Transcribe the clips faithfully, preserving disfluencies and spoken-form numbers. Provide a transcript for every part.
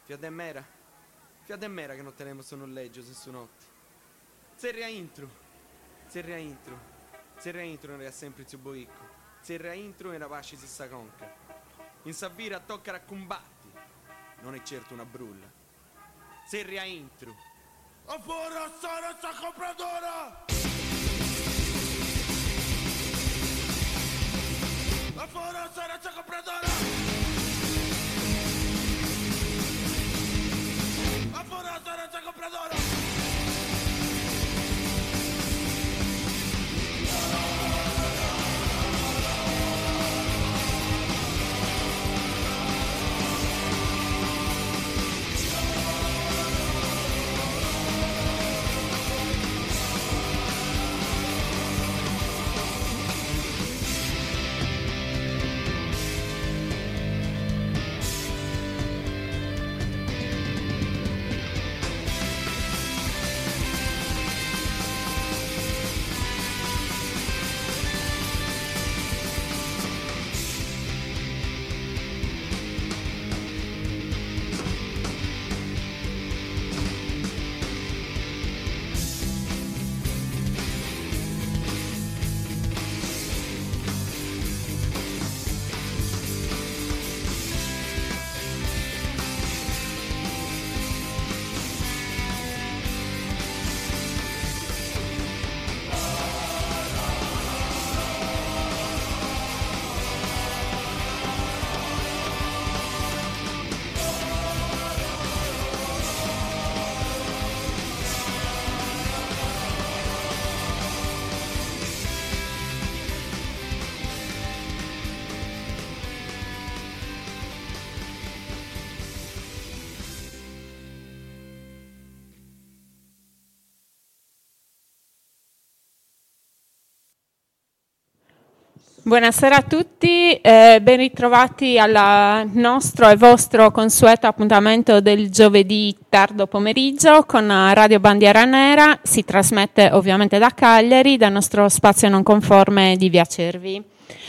Fia de mera, fia de mera che non tenemos un noleggio su notte. Zerria intro, zerria intro, zerria intro era sempre più boicco, zerria intro era pasci si sa conca. In Savira tocca a combatti, non è certo una brulla. Zerria intro. A fora sarà sta compradora! A fora sarà sta compradora! Afuera, Sarasa compradora. Buonasera a tutti, eh, ben ritrovati al nostro e vostro consueto appuntamento del giovedì tardo pomeriggio con Radio Bandiera Nera. Si trasmette ovviamente da Cagliari, dal nostro spazio non conforme di Via Cervi.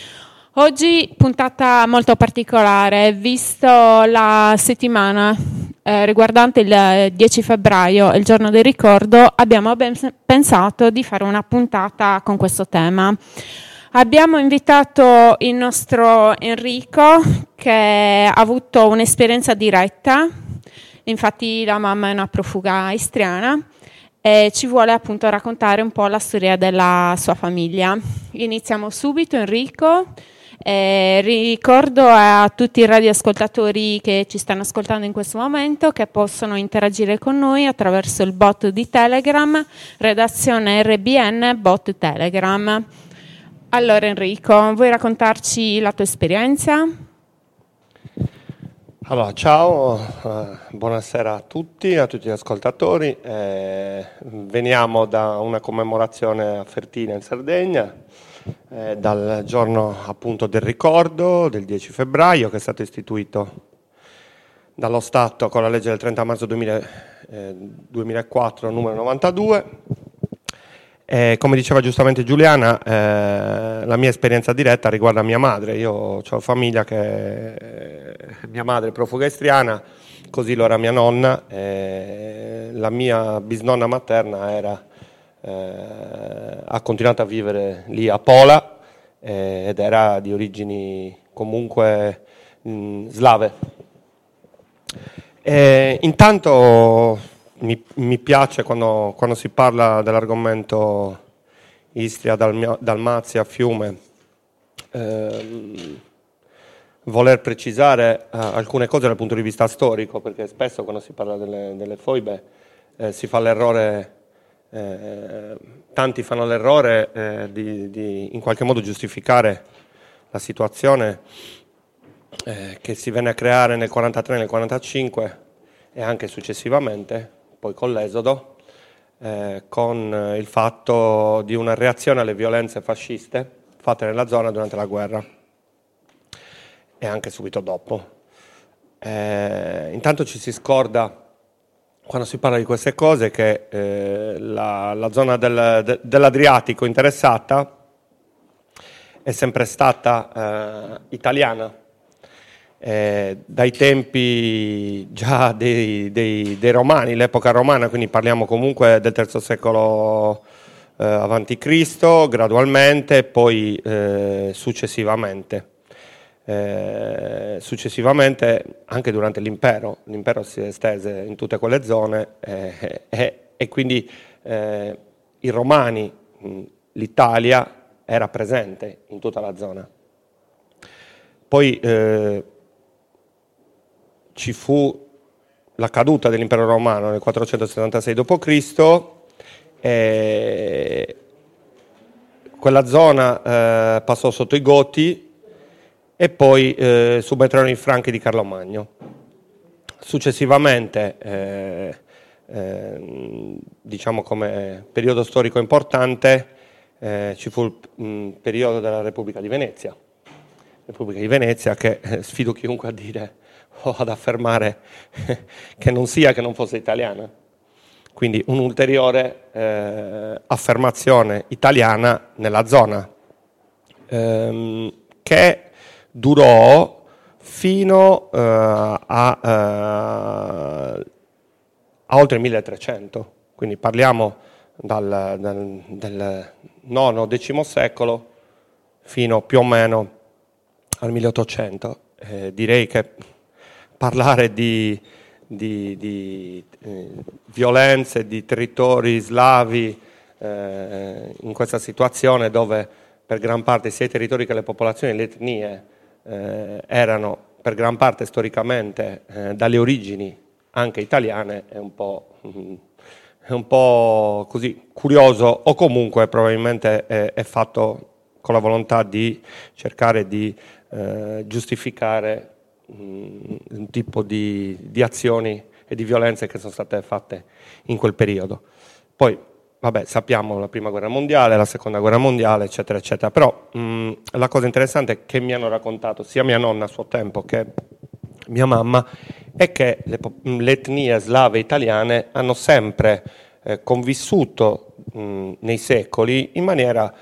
Oggi puntata molto particolare, visto la settimana eh, riguardante il dieci febbraio, il giorno del ricordo, abbiamo ben pensato di fare una puntata con questo tema. Abbiamo invitato il nostro Enrico, che ha avuto un'esperienza diretta, infatti la mamma è una profuga istriana e ci vuole appunto raccontare un po' la storia della sua famiglia. Iniziamo subito, Enrico. Eh, ricordo a tutti i radioascoltatori che ci stanno ascoltando in questo momento che possono interagire con noi attraverso il bot di Telegram, redazione R B N bot Telegram. Allora Enrico, vuoi raccontarci la tua esperienza? Allora, ciao, eh, buonasera a tutti, a tutti gli ascoltatori. Eh, veniamo da una commemorazione a Fertina in Sardegna, eh, dal giorno appunto del ricordo, del dieci febbraio, che è stato istituito dallo Stato con la legge del trenta marzo duemila, eh, duemilaquattro numero novantadue. Eh, come diceva giustamente Giuliana, eh, la mia esperienza diretta riguarda mia madre. Io ho famiglia che eh, mia madre è profuga istriana, così lo era mia nonna. Eh, la mia bisnonna materna era, eh, ha continuato a vivere lì a Pola eh, ed era di origini comunque mh, slave. Eh, intanto Mi, mi piace quando, quando si parla dell'argomento Istria, Dalmia, Dalmazia, Fiume, ehm, voler precisare eh, alcune cose dal punto di vista storico, perché spesso quando si parla delle, delle foibe eh, si fa l'errore, eh, tanti fanno l'errore eh, di, di in qualche modo giustificare la situazione eh, che si venne a creare nel quarantatré, nel quarantacinque e anche successivamente, poi con l'esodo, eh, con il fatto di una reazione alle violenze fasciste fatte nella zona durante la guerra e anche subito dopo. Eh, intanto ci si scorda, quando si parla di queste cose, che eh, la, la zona del, de, dell'Adriatico interessata è sempre stata eh, italiana eh, dai tempi già dei, dei, dei Romani, l'epoca romana, quindi parliamo comunque del terzo secolo eh, avanti Cristo, gradualmente, poi eh, successivamente. Eh, successivamente anche durante l'impero, l'impero si estese in tutte quelle zone eh, eh, e quindi eh, i Romani, mh, l'Italia era presente in tutta la zona. Poi eh, ci fu la caduta dell'impero romano nel quattrocentosettantasei dopo Cristo e quella zona eh, passò sotto i Goti e poi eh, subentrarono i Franchi di Carlo Magno. Successivamente, eh, eh, diciamo come periodo storico importante, eh, ci fu il mh, periodo della Repubblica di Venezia. Repubblica di Venezia che eh, sfido chiunque a dire o ad affermare che non sia, che non fosse italiana. Quindi un'ulteriore eh, affermazione italiana nella zona, ehm, che durò fino uh, a, uh, a oltre il milletrecento, quindi parliamo dal, dal, del nono decimo secolo fino più o meno al milleottocento. Eh, direi che parlare di, di, di eh, violenze di territori slavi eh, in questa situazione dove per gran parte sia i territori che le popolazioni e le etnie Eh, erano per gran parte storicamente eh, dalle origini anche italiane, è un po', mm, è un po' così curioso, o comunque probabilmente è, è fatto con la volontà di cercare di eh, giustificare mm, un tipo di, di azioni e di violenze che sono state fatte in quel periodo. Poi vabbè, sappiamo la prima guerra mondiale, la seconda guerra mondiale, eccetera, eccetera. Però mh, la cosa interessante che mi hanno raccontato sia mia nonna a suo tempo che mia mamma è che le, le etnie slave italiane hanno sempre eh, convissuto mh, nei secoli in maniera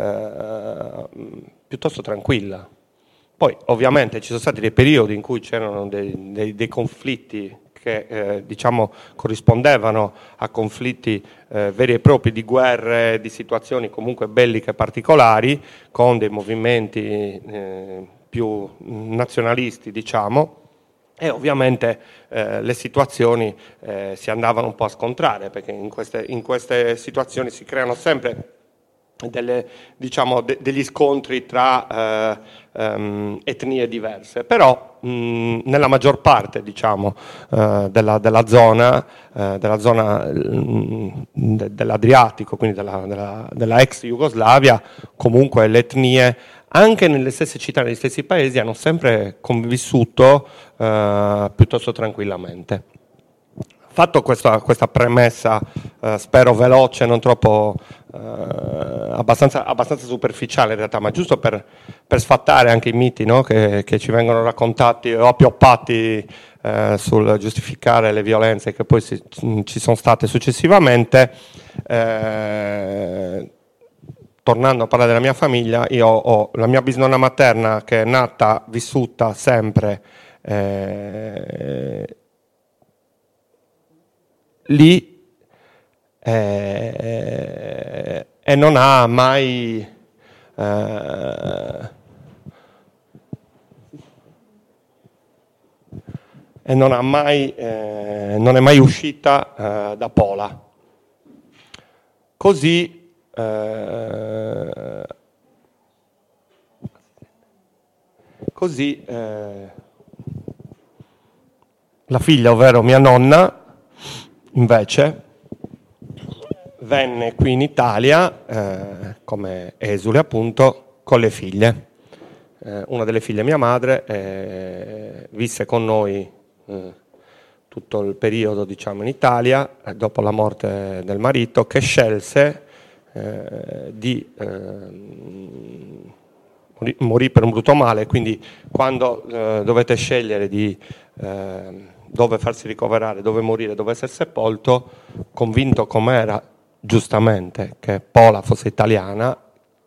eh, piuttosto tranquilla. Poi ovviamente ci sono stati dei periodi in cui c'erano dei, dei, dei conflitti che eh, diciamo corrispondevano a conflitti eh, veri e propri di guerre, di situazioni comunque belliche particolari, con dei movimenti eh, più nazionalisti, diciamo, e ovviamente eh, le situazioni eh, si andavano un po' a scontrare, perché in queste, in queste situazioni si creano sempre delle, diciamo, de, degli scontri tra eh, um, etnie diverse, però mh, nella maggior parte, diciamo, uh, della, della zona, uh, della zona mh, de, dell'Adriatico, quindi della, della, della ex Jugoslavia, comunque le etnie, anche nelle stesse città, negli stessi paesi, hanno sempre convissuto uh, piuttosto tranquillamente. Fatto questa, questa premessa, eh, spero veloce, non troppo eh, abbastanza, abbastanza superficiale in realtà, ma giusto per, per sfatare anche i miti, no? che, che ci vengono raccontati o appioppati eh, sul giustificare le violenze che poi si, ci sono state successivamente. Eh, tornando a parlare della mia famiglia, io ho la mia bisnonna materna che è nata, vissuta sempre eh, lì eh, e non ha mai eh, e non ha mai eh, non è mai uscita eh, da Pola. Così eh, così eh, la figlia, ovvero mia nonna, invece venne qui in Italia eh, come esule, appunto, con le figlie. Eh, una delle figlie, mia madre, eh, visse con noi eh, tutto il periodo, diciamo, in Italia, eh, dopo la morte del marito, che scelse eh, di eh, morì, morì per un brutto male. Quindi quando eh, dovete scegliere di eh, dove farsi ricoverare, dove morire, dove essere sepolto, convinto com'era giustamente che Pola fosse italiana,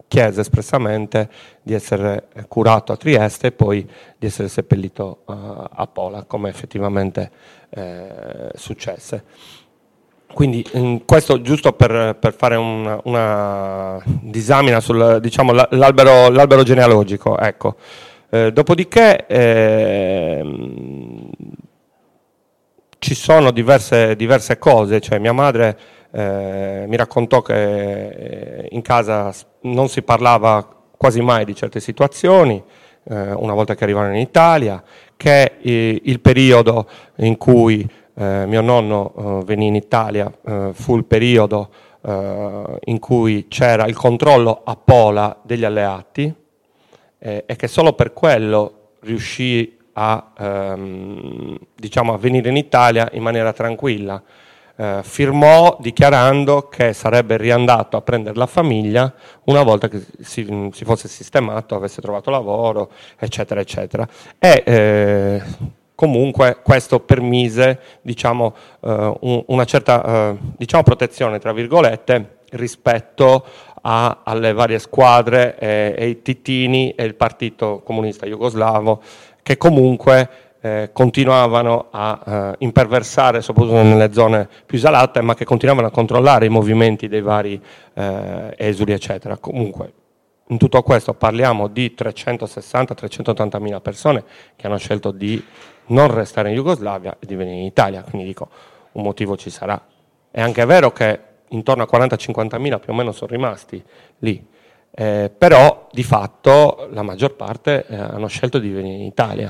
chiese espressamente di essere curato a Trieste e poi di essere seppellito a, a Pola, come effettivamente eh, successe. Quindi questo giusto per, per fare una, una disamina sul, diciamo, l'albero, l'albero genealogico. Ecco. Eh, dopodiché eh, ci sono diverse, diverse cose, cioè mia madre eh, mi raccontò che in casa non si parlava quasi mai di certe situazioni, eh, una volta che arrivarono in Italia, che eh, il periodo in cui Eh, mio nonno eh, venne in Italia, eh, fu il periodo eh, in cui c'era il controllo a Pola degli alleati eh, e che solo per quello riuscì a, ehm, diciamo, a venire in Italia in maniera tranquilla. Eh, firmò dichiarando che sarebbe riandato a prendere la famiglia una volta che si, si fosse sistemato, avesse trovato lavoro, eccetera, eccetera. E, eh, Comunque questo permise, diciamo, eh, un, una certa eh, diciamo protezione, tra virgolette, rispetto a, alle varie squadre e, e i titini e il Partito Comunista Jugoslavo, che comunque eh, continuavano a eh, imperversare, soprattutto nelle zone più isolate, ma che continuavano a controllare i movimenti dei vari eh, esuli, eccetera. Comunque, in tutto questo parliamo di trecentosessanta trecentottanta mila persone che hanno scelto di non restare in Jugoslavia e di venire in Italia, quindi dico, un motivo ci sarà. È anche vero che intorno a quaranta cinquanta mila più o meno sono rimasti lì, eh, però di fatto la maggior parte eh, hanno scelto di venire in Italia.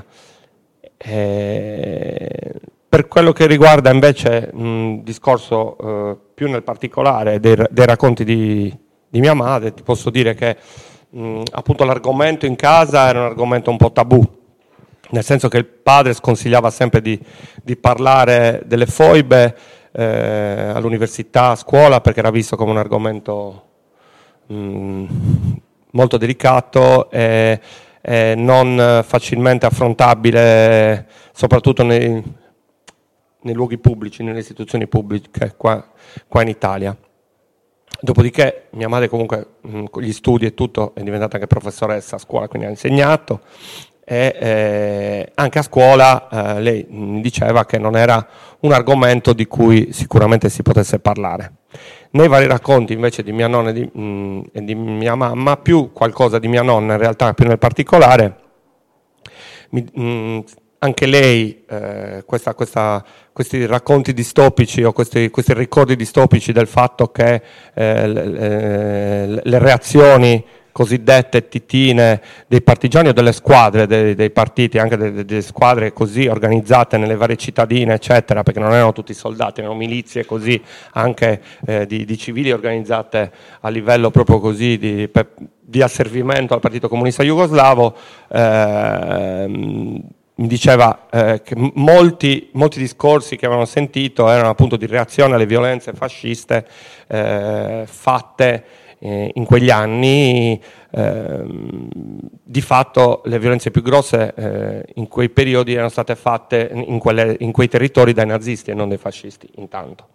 Eh, per quello che riguarda invece un discorso eh, più nel particolare dei, dei racconti di, di mia madre, ti posso dire che mh, appunto l'argomento in casa era un argomento un po' tabù, nel senso che il padre sconsigliava sempre di, di parlare delle foibe eh, all'università, a scuola, perché era visto come un argomento mh, molto delicato e, e non facilmente affrontabile, soprattutto nei, nei luoghi pubblici, nelle istituzioni pubbliche qua, qua in Italia. Dopodiché mia madre comunque mh, con gli studi e tutto è diventata anche professoressa a scuola, quindi ha insegnato. E eh, anche a scuola eh, lei mi diceva che non era un argomento di cui sicuramente si potesse parlare. Nei vari racconti invece di mia nonna e di, mh, e di mia mamma, più qualcosa di mia nonna in realtà, più nel particolare, mi, mh, anche lei eh, questa, questa, questi racconti distopici o questi, questi ricordi distopici del fatto che eh, le, le reazioni cosiddette titine dei partigiani o delle squadre dei, dei partiti, anche delle, delle squadre così organizzate nelle varie cittadine, eccetera, perché non erano tutti soldati, erano milizie così, anche eh, di, di civili organizzate a livello proprio così di, per, di asservimento al Partito Comunista Jugoslavo. Eh, mi diceva eh, che molti, molti discorsi che avevano sentito erano appunto di reazione alle violenze fasciste eh, fatte in quegli anni. Ehm, di fatto le violenze più grosse eh, in quei periodi erano state fatte in, quelle, in quei territori dai nazisti e non dai fascisti intanto,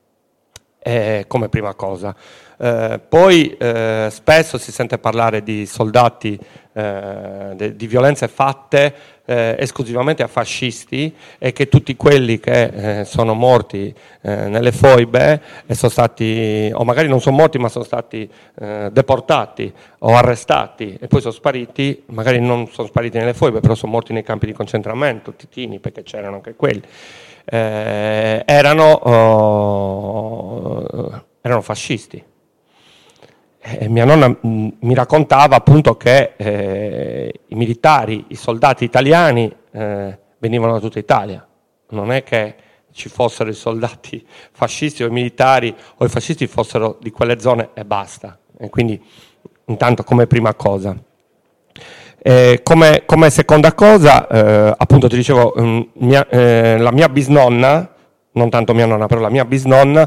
eh, come prima cosa. Eh, poi eh, spesso si sente parlare di soldati, eh, de, di violenze fatte eh, esclusivamente a fascisti, e che tutti quelli che eh, sono morti eh, nelle foibe e sono stati, o magari non sono morti ma sono stati eh, deportati o arrestati e poi sono spariti, magari non sono spariti nelle foibe, però sono morti nei campi di concentramento, titini, perché c'erano anche quelli, eh, erano, oh, erano fascisti. E mia nonna mh, mi raccontava appunto che eh, i militari, i soldati italiani eh, venivano da tutta Italia. Non è che ci fossero i soldati fascisti o i militari o i fascisti fossero di quelle zone e basta. E quindi intanto come prima cosa. Eh, come, come seconda cosa, eh, appunto ti dicevo, mh, mia, eh, la mia bisnonna, non tanto mia nonna, però la mia bisnonna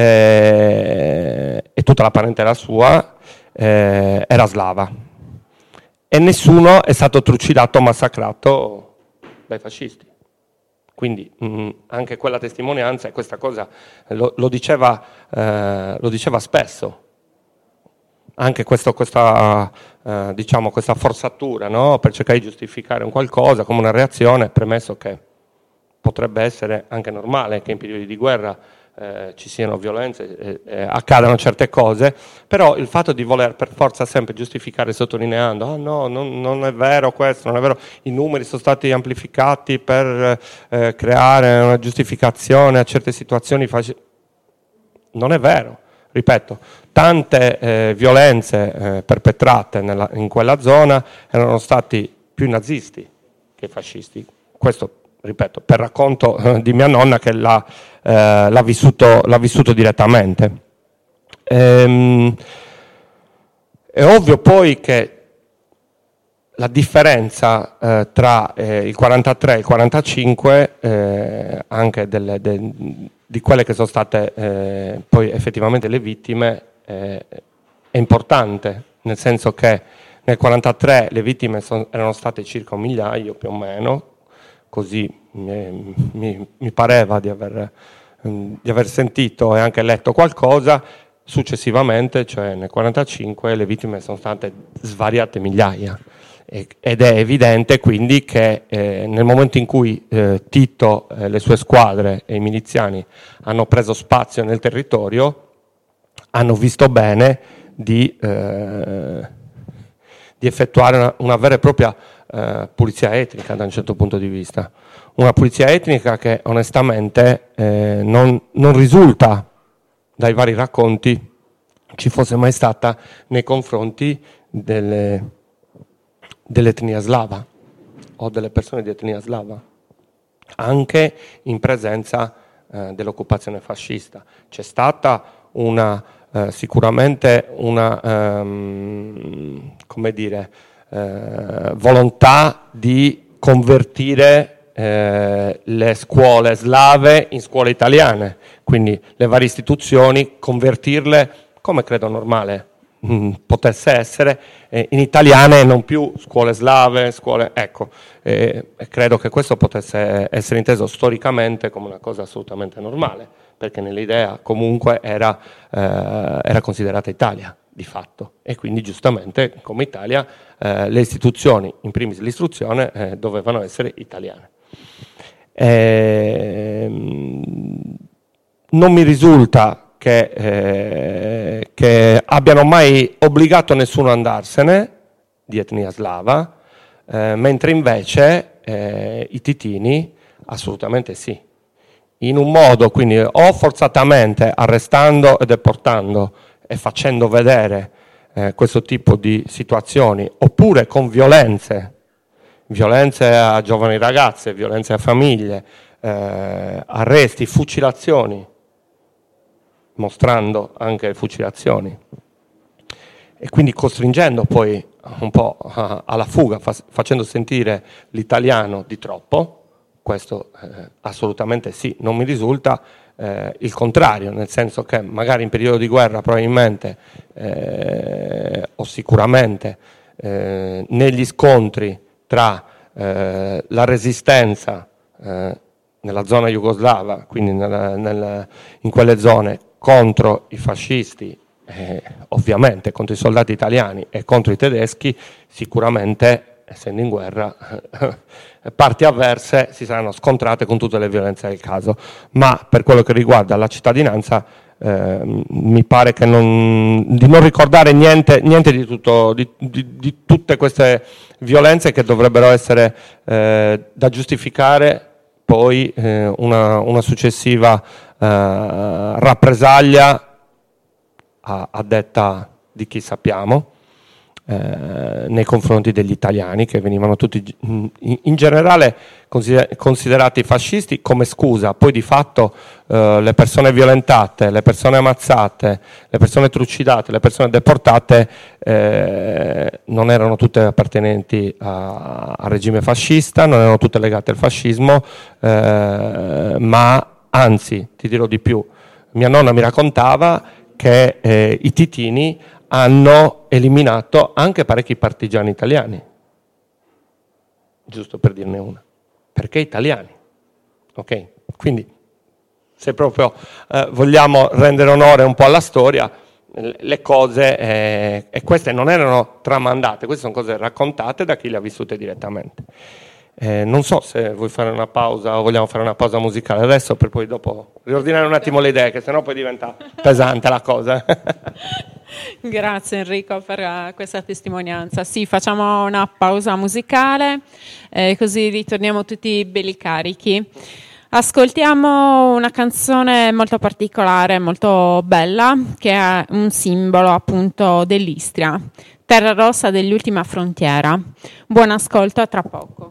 eh, e tutta la parentela sua eh, era slava, e nessuno è stato trucidato o massacrato dai fascisti. Quindi mh, anche quella testimonianza e questa cosa lo, lo, diceva, eh, lo diceva spesso. anche questo, questa, eh, diciamo, questa forzatura, no? Per cercare di giustificare un qualcosa come una reazione, premesso che potrebbe essere anche normale che in periodi di guerra eh, ci siano violenze, eh, eh, accadano certe cose, però il fatto di voler per forza sempre giustificare sottolineando ah no, non, non è vero questo, non è vero, i numeri sono stati amplificati per eh, creare una giustificazione a certe situazioni, faci... non è vero. Ripeto, tante eh, violenze eh, perpetrate nella, in quella zona erano stati più nazisti che fascisti. Questo, ripeto, per racconto eh, di mia nonna che l'ha, eh, l'ha, vissuto, l'ha vissuto direttamente. Ehm, è ovvio poi che la differenza eh, tra eh, il quarantatré e il quarantacinque, eh, anche delle, de, di quelle che sono state eh, poi effettivamente le vittime, eh, è importante, nel senso che nel quarantatré le vittime son, erano state circa un migliaio più o meno, così mi, mi, mi pareva di aver, di aver sentito e anche letto qualcosa. Successivamente, cioè nel quarantacinque, le vittime sono state svariate migliaia. Ed è evidente quindi che eh, nel momento in cui eh, Tito, eh, le sue squadre e i miliziani hanno preso spazio nel territorio, hanno visto bene di, eh, di effettuare una, una vera e propria eh, pulizia etnica da un certo punto di vista. Una pulizia etnica che onestamente eh, non, non risulta dai vari racconti ci fosse mai stata nei confronti delle dell'etnia slava o delle persone di etnia slava, anche in presenza eh, dell'occupazione fascista. C'è stata una, eh, sicuramente una, ehm, come dire, eh, volontà di convertire eh, le scuole slave in scuole italiane, quindi le varie istituzioni, convertirle, come credo normale potesse essere, eh, in italiane e non più scuole slave, scuole, ecco, eh, credo che questo potesse essere inteso storicamente come una cosa assolutamente normale, perché nell'idea comunque era, eh, era considerata Italia di fatto, e quindi giustamente come Italia eh, le istituzioni, in primis l'istruzione, eh, dovevano essere italiane. Eh, non mi risulta Che, eh, che abbiano mai obbligato nessuno ad andarsene di etnia slava, eh, mentre invece eh, i titini assolutamente sì, in un modo quindi o forzatamente arrestando e deportando e facendo vedere eh, questo tipo di situazioni, oppure con violenze, violenze a giovani ragazze, violenze a famiglie, eh, arresti, fucilazioni, mostrando anche fucilazioni e quindi costringendo poi un po' alla fuga, facendo sentire l'italiano di troppo. Questo eh, assolutamente sì, non mi risulta eh, il contrario, nel senso che magari in periodo di guerra probabilmente eh, o sicuramente eh, negli scontri tra eh, la resistenza eh, nella zona jugoslava, quindi nella, nella, in quelle zone, contro i fascisti, eh, ovviamente contro i soldati italiani e contro i tedeschi, sicuramente, essendo in guerra, parti avverse si saranno scontrate con tutte le violenze del caso. Ma per quello che riguarda la cittadinanza, eh, mi pare che non, di non ricordare niente, niente di, tutto, di, di, di tutte queste violenze che dovrebbero essere eh, da giustificare poi eh, una, una successiva Uh, rappresaglia a, a detta di chi sappiamo eh, nei confronti degli italiani, che venivano tutti in, in generale consider- considerati fascisti come scusa. Poi di fatto uh, le persone violentate, le persone ammazzate, le persone trucidate, le persone deportate eh, non erano tutte appartenenti a, al regime fascista, non erano tutte legate al fascismo, eh, ma anzi, ti dirò di più, mia nonna mi raccontava che eh, i titini hanno eliminato anche parecchi partigiani italiani, giusto per dirne una, perché italiani, ok? Quindi se proprio eh, vogliamo rendere onore un po' alla storia, le cose, eh, e queste non erano tramandate, queste sono cose raccontate da chi le ha vissute direttamente. Eh, non so se vuoi fare una pausa o vogliamo fare una pausa musicale adesso per poi dopo riordinare un attimo le idee, che sennò poi diventa pesante la cosa. Grazie Enrico per uh, questa testimonianza. Sì, facciamo una pausa musicale, eh, così ritorniamo tutti belli carichi. Ascoltiamo una canzone molto particolare, molto bella, che è un simbolo appunto dell'Istria, Terra Rossa dell'Ultima Frontiera. Buon ascolto, a tra poco.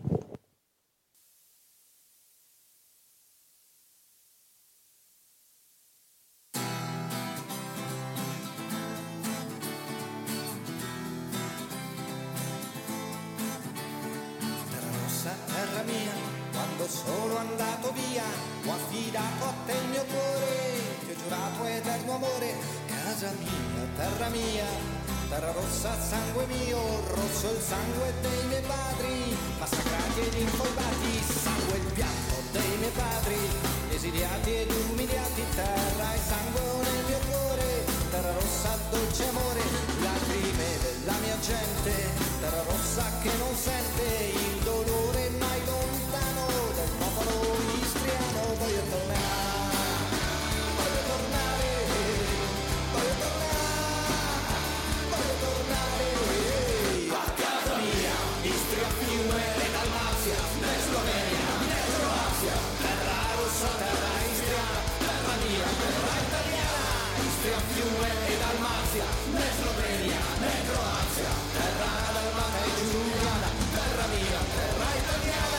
Sono andato via, ho affidato a te il mio cuore, ti ho giurato eterno amore, casa mia, terra mia, terra rossa, sangue mio, rosso il sangue dei miei padri, massacrati ed infoibati, sangue il pianto dei miei padri, esiliati ed umiliati, terra e sangue nel mio cuore, terra rossa, dolce amore, lacrime della mia gente, terra rossa che non sente il dolore mai lontano del popolo istriano. Voglio tornare, voglio tornare, voglio tornare, voglio tornare a casa mia, Istria, Fiume e Dalmazia, né Slovenia, né Croazia, terra rossa, terra istriana, terra mia, terra italiana, Istria, Fiume e Dalmazia, né Slovenia, né Croazia, terra dalmata e giuliana, terra mia, terra italiana.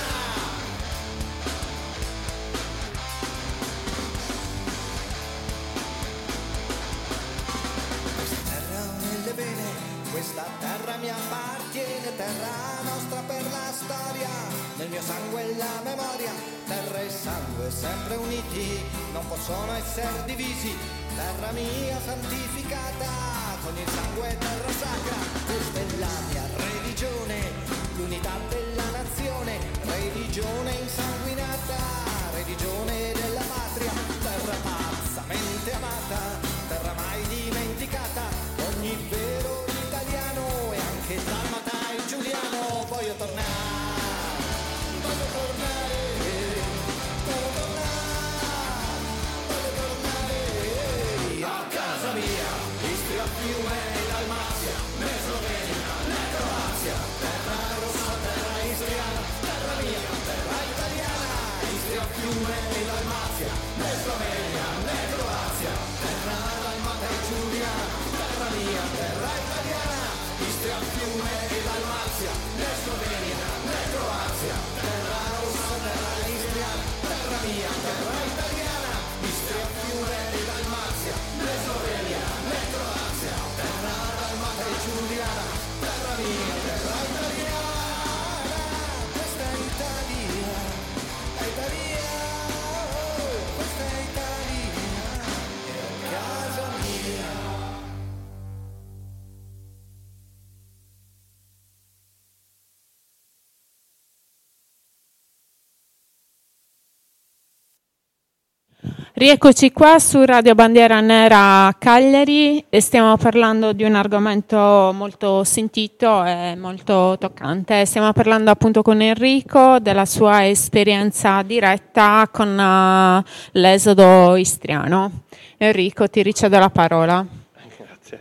Nelle vene, questa terra mi appartiene, terra nostra per la storia, nel mio sangue e la memoria, terra e sangue sempre uniti, non possono essere divisi, terra mia santificata, con il sangue terra sacra, questa è la mia religione, l'unità della nazione, religione insanguinata, religione della patria, terra pazzamente amata, terra mai dimenticata, ogni vero italiano e anche dalmata e giuliano. Voglio tornare, voglio tornare, voglio tornare, voglio tornare a casa mia, Istria, Fiume e Dalmazia, né Slovenia, né Croazia, terra rossa, terra istriana, terra mia, terra italiana, Istria, Fiume e Dalmazia, né Slovenia, né Croazia, terra dalmata e giuliana, terra mia, terra italiana, Istria, Fiume e Dalmazia, né Slovenia, né Croazia, terra rossa, terra istriana, terra mia, terra italiana, Istria, Fiume e Dalmazia, né Slovenia, né Croazia, terra dalmata e giuliana, terra mia, terra italiana. Questa è Italia, è Italia, oh, questa è Italia, è casa mia. Rieccoci qua su Radio Bandiera Nera Cagliari e stiamo parlando di un argomento molto sentito e molto toccante. Stiamo parlando appunto con Enrico della sua esperienza diretta con uh, l'esodo istriano. Enrico, ti ricevo la parola. Grazie.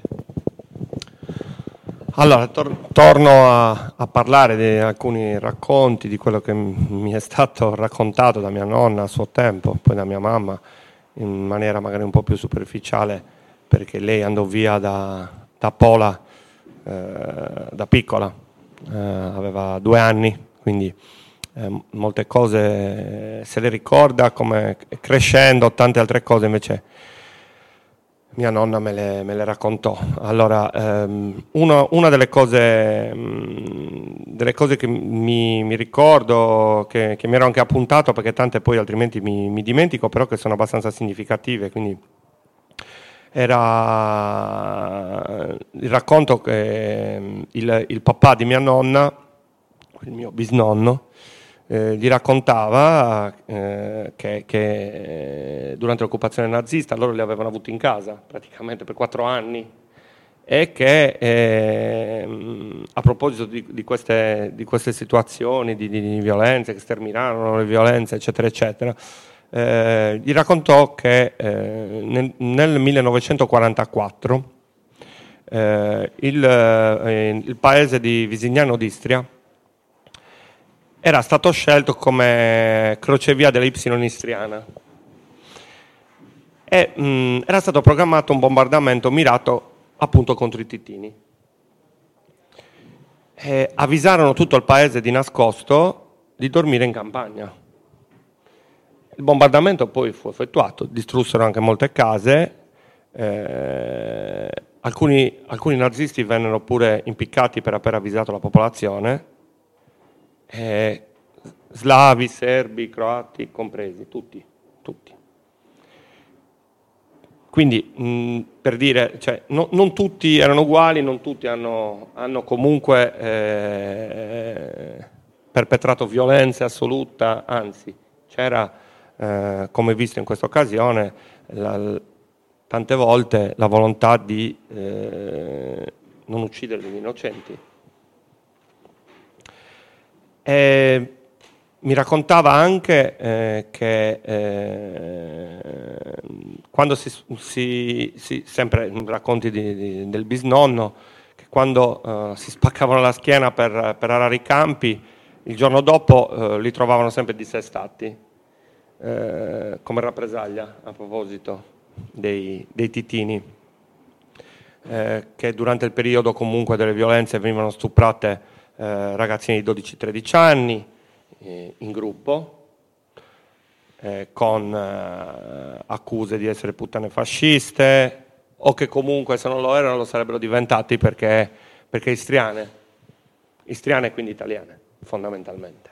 Allora, tor- torno a, a parlare di alcuni racconti, di quello che m- mi è stato raccontato da mia nonna a suo tempo, poi da mia mamma, in maniera magari un po' più superficiale, perché lei andò via da, da Pola eh, da piccola, eh, aveva due anni, quindi eh, molte cose se le ricorda, come crescendo, tante altre cose invece mia nonna me le, me le raccontò. Allora, ehm, uno, una delle cose, mh, delle cose che mi, mi ricordo, che, che mi ero anche appuntato, perché tante poi altrimenti mi, mi dimentico, però che sono abbastanza significative, quindi era il racconto che il, il papà di mia nonna, il mio bisnonno, eh, gli raccontava eh, che, che durante l'occupazione nazista loro li avevano avuti in casa praticamente per quattro anni e che eh, a proposito di, di, queste, di queste situazioni di, di violenze che sterminarono le violenze eccetera eccetera, eh, gli raccontò che eh, nel, nel millenovecentoquarantaquattro eh, il, eh, il paese di Visignano d'Istria era stato scelto come crocevia della Y istriana e mh, era stato programmato un bombardamento mirato appunto contro i titini. E avvisarono tutto il paese di nascosto di dormire in campagna. Il bombardamento poi fu effettuato, distrussero anche molte case, eh, alcuni, alcuni nazisti vennero pure impiccati per aver avvisato la popolazione, eh, slavi, serbi, croati compresi, tutti, tutti. Quindi mh, per dire, cioè, no, non tutti erano uguali, non tutti hanno, hanno comunque eh, perpetrato violenza assoluta, anzi c'era, eh, come visto in questa occasione, la, tante volte la volontà di eh, non uccidere gli innocenti. E mi raccontava anche eh, che eh, quando si, si, si sempre racconti di, di, del bisnonno, che quando eh, si spaccavano la schiena per, per arare i campi, il giorno dopo eh, li trovavano sempre dissestati, eh, come rappresaglia a proposito dei, dei titini, eh, che durante il periodo comunque delle violenze venivano stuprate eh, ragazzine di dodici tredici anni, in gruppo eh, con eh, accuse di essere puttane fasciste o che comunque se non lo erano lo sarebbero diventati perché, perché istriane istriane e quindi italiane fondamentalmente.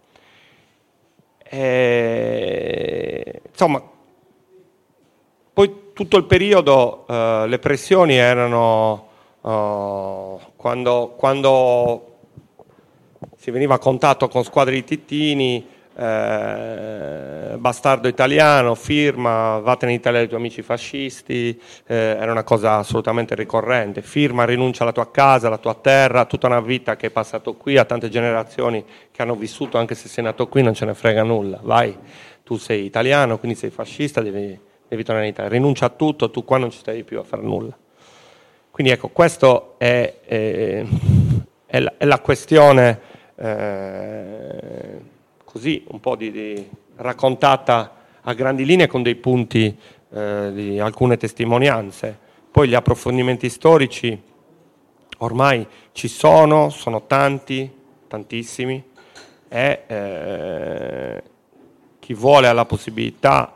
E, insomma, poi tutto il periodo eh, le pressioni erano uh, quando, quando si veniva a contatto con squadre di titini, eh, bastardo italiano, firma, vattene in Italia dai tuoi amici fascisti, eh, era una cosa assolutamente ricorrente, firma, rinuncia alla tua casa, alla tua terra, tutta una vita che hai passato qui, a tante generazioni che hanno vissuto, anche se sei nato qui non ce ne frega nulla, vai, tu sei italiano, quindi sei fascista, devi, devi tornare in Italia, rinuncia a tutto, tu qua non ci stai più a fare nulla. Quindi ecco, questo è, è, è, la, è la questione Eh, così un po' di, di raccontata a grandi linee con dei punti eh, di alcune testimonianze. Poi gli approfondimenti storici ormai ci sono, sono tanti, tantissimi e eh, chi vuole ha la possibilità,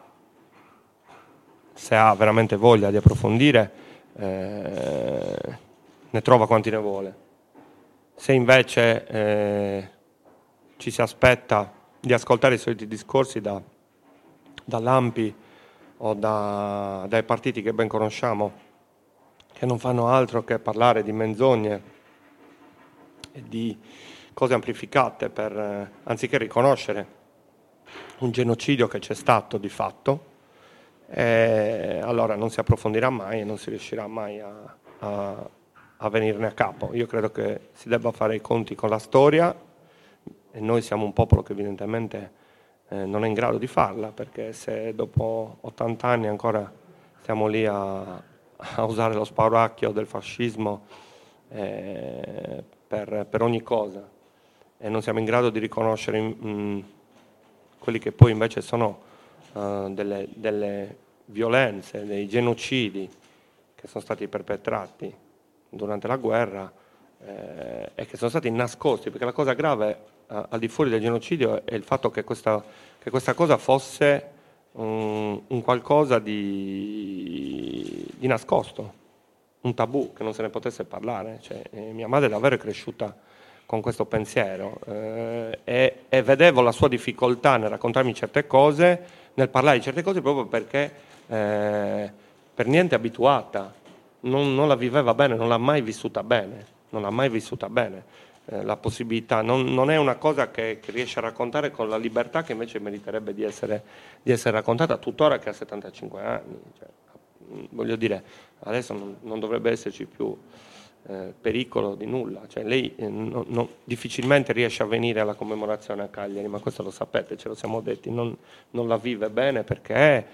se ha veramente voglia di approfondire, eh, ne trova quanti ne vuole. Se invece eh, ci si aspetta di ascoltare i soliti discorsi da, dall'A M P I o da, dai partiti che ben conosciamo, che non fanno altro che parlare di menzogne e di cose amplificate per, eh, anziché riconoscere un genocidio che c'è stato di fatto, eh, allora non si approfondirà mai e non si riuscirà mai a, a a venirne a capo. Io credo che si debba fare i conti con la storia e noi siamo un popolo che evidentemente eh, non è in grado di farla, perché se dopo ottanta anni ancora stiamo lì a, a usare lo spauracchio del fascismo eh, per, per ogni cosa e non siamo in grado di riconoscere mh, quelli che poi invece sono uh, delle, delle violenze, dei genocidi che sono stati perpetrati durante la guerra eh, e che sono stati nascosti, perché la cosa grave eh, al di fuori del genocidio è il fatto che questa, che questa cosa fosse un, un qualcosa di, di nascosto, un tabù, che non se ne potesse parlare. Cioè, eh, mia madre davvero è cresciuta con questo pensiero eh, e, e vedevo la sua difficoltà nel raccontarmi certe cose, nel parlare di certe cose, proprio perché eh, per niente abituata. Non, non la viveva bene, non l'ha mai vissuta bene, non l'ha mai vissuta bene. eh, la possibilità, non, non è una cosa che, che riesce a raccontare con la libertà che invece meriterebbe di essere, di essere raccontata, tuttora che ha settantacinque anni. Cioè, voglio dire, adesso non, non dovrebbe esserci più eh, pericolo di nulla. Cioè, lei eh, no, no, difficilmente riesce a venire alla commemorazione a Cagliari, ma questo lo sapete, ce lo siamo detti, non, non la vive bene perché,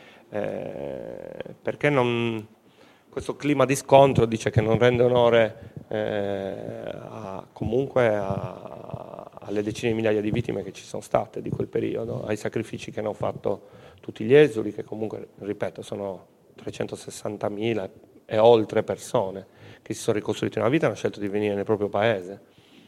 eh, perché non, questo clima di scontro dice che non rende onore eh, a, comunque a, alle decine di migliaia di vittime che ci sono state di quel periodo, ai sacrifici che hanno fatto tutti gli esuli, che comunque, ripeto, sono trecentosessantamila e oltre persone che si sono ricostruite una vita e hanno scelto di venire nel proprio paese.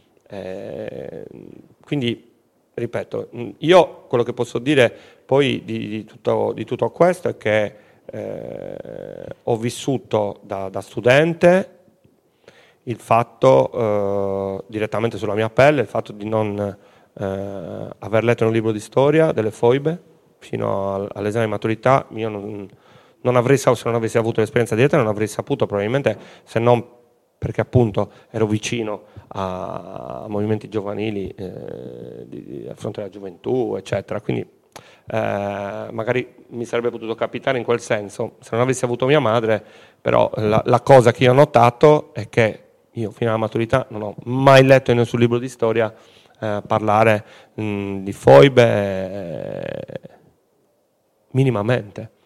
Eh, quindi, ripeto, io quello che posso dire poi di, di, tutto, di tutto questo è che eh, ho vissuto da, da studente il fatto, eh, direttamente sulla mia pelle, il fatto di non eh, aver letto un libro di storia delle foibe fino al, all'esame di maturità. Io non, non avrei, se non avessi avuto l'esperienza diretta, non avrei saputo, probabilmente, se non perché appunto ero vicino a, a movimenti giovanili eh, di, di, a fronte della gioventù, eccetera. Quindi eh, magari mi sarebbe potuto capitare in quel senso se non avessi avuto mia madre, però la, la cosa che io ho notato è che io fino alla maturità non ho mai letto in nessun libro di storia eh, parlare mh, di foibe eh, minimamente.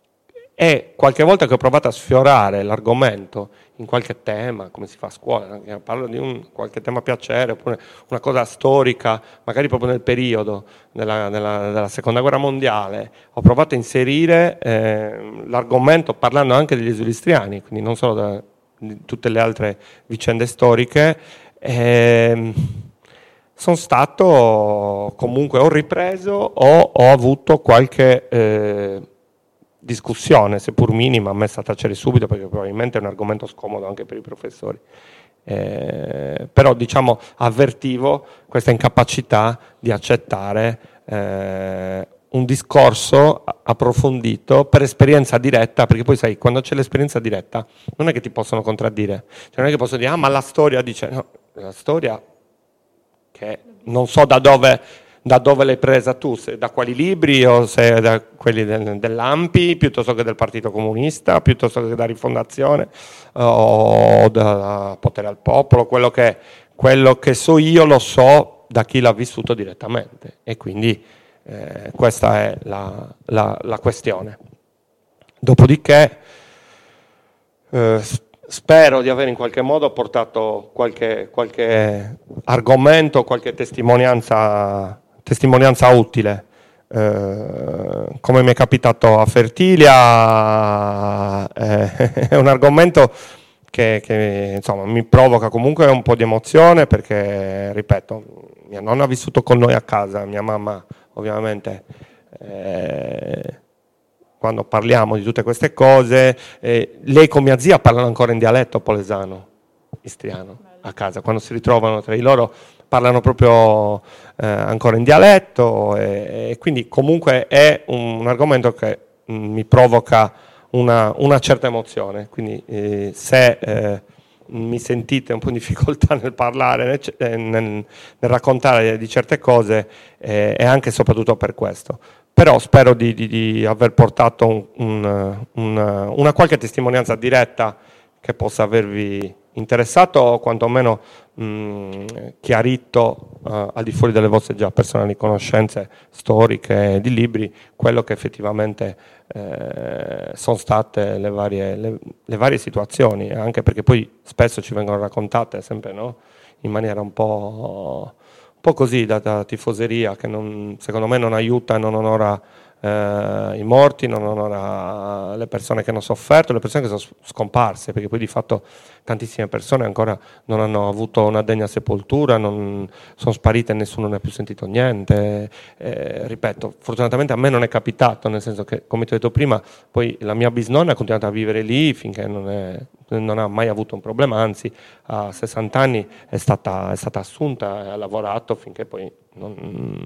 E qualche volta che ho provato a sfiorare l'argomento in qualche tema, come si fa a scuola, no? Parlo di un qualche tema a piacere, oppure una cosa storica, magari proprio nel periodo della, della, della seconda guerra mondiale, ho provato a inserire eh, l'argomento parlando anche degli esuli istriani, quindi non solo da, di tutte le altre vicende storiche. Eh, sono stato comunque ho ripreso o ho avuto qualche eh, discussione, seppur minima, messa a tacere subito, perché probabilmente è un argomento scomodo anche per i professori. Eh, però diciamo avvertivo questa incapacità di accettare eh, un discorso approfondito per esperienza diretta, perché poi sai, quando c'è l'esperienza diretta non è che ti possono contraddire, cioè non è che possono dire ah ma la storia dice, no, la storia che non so da dove da dove l'hai presa tu, se da quali libri o se da quelli del, dell'A M P I piuttosto che del Partito Comunista, piuttosto che da Rifondazione o da Potere al Popolo, quello che, quello che so io lo so da chi l'ha vissuto direttamente, e quindi eh, questa è la, la, la questione. Dopodiché eh, spero di aver in qualche modo portato qualche, qualche argomento, qualche testimonianza testimonianza utile, eh, come mi è capitato a Fertilia, eh, è un argomento che, che insomma, mi provoca comunque un po' di emozione, perché, ripeto, mia nonna ha vissuto con noi a casa, mia mamma ovviamente, eh, quando parliamo di tutte queste cose, eh, lei con mia zia parlano ancora in dialetto polesano, istriano, a casa, quando si ritrovano tra di loro parlano proprio eh, ancora in dialetto, e, e quindi comunque è un, un argomento che mh, mi provoca una, una certa emozione, quindi eh, se eh, mi sentite un po' in difficoltà nel parlare, nel, nel, nel raccontare di certe cose, eh, è anche e soprattutto per questo. Però spero di, di, di aver portato un, un, una, una qualche testimonianza diretta che possa avervi interessato o quantomeno mh, chiarito uh, al di fuori delle vostre già personali conoscenze storiche di libri quello che effettivamente eh, sono state le varie, le, le varie situazioni, anche perché poi spesso ci vengono raccontate sempre, no? In maniera un po', un po' così da, da tifoseria, che non, secondo me non aiuta e non onora Eh, i morti, non onora le persone che hanno sofferto, le persone che sono scomparse, perché poi di fatto tantissime persone ancora non hanno avuto una degna sepoltura, non sono sparite e nessuno ne ha più sentito niente. Eh, ripeto, fortunatamente a me non è capitato, nel senso che, come ti ho detto prima, poi la mia bisnonna ha continuato a vivere lì finché non, è, non ha mai avuto un problema, anzi a sessanta anni è stata, è stata assunta e ha lavorato finché poi non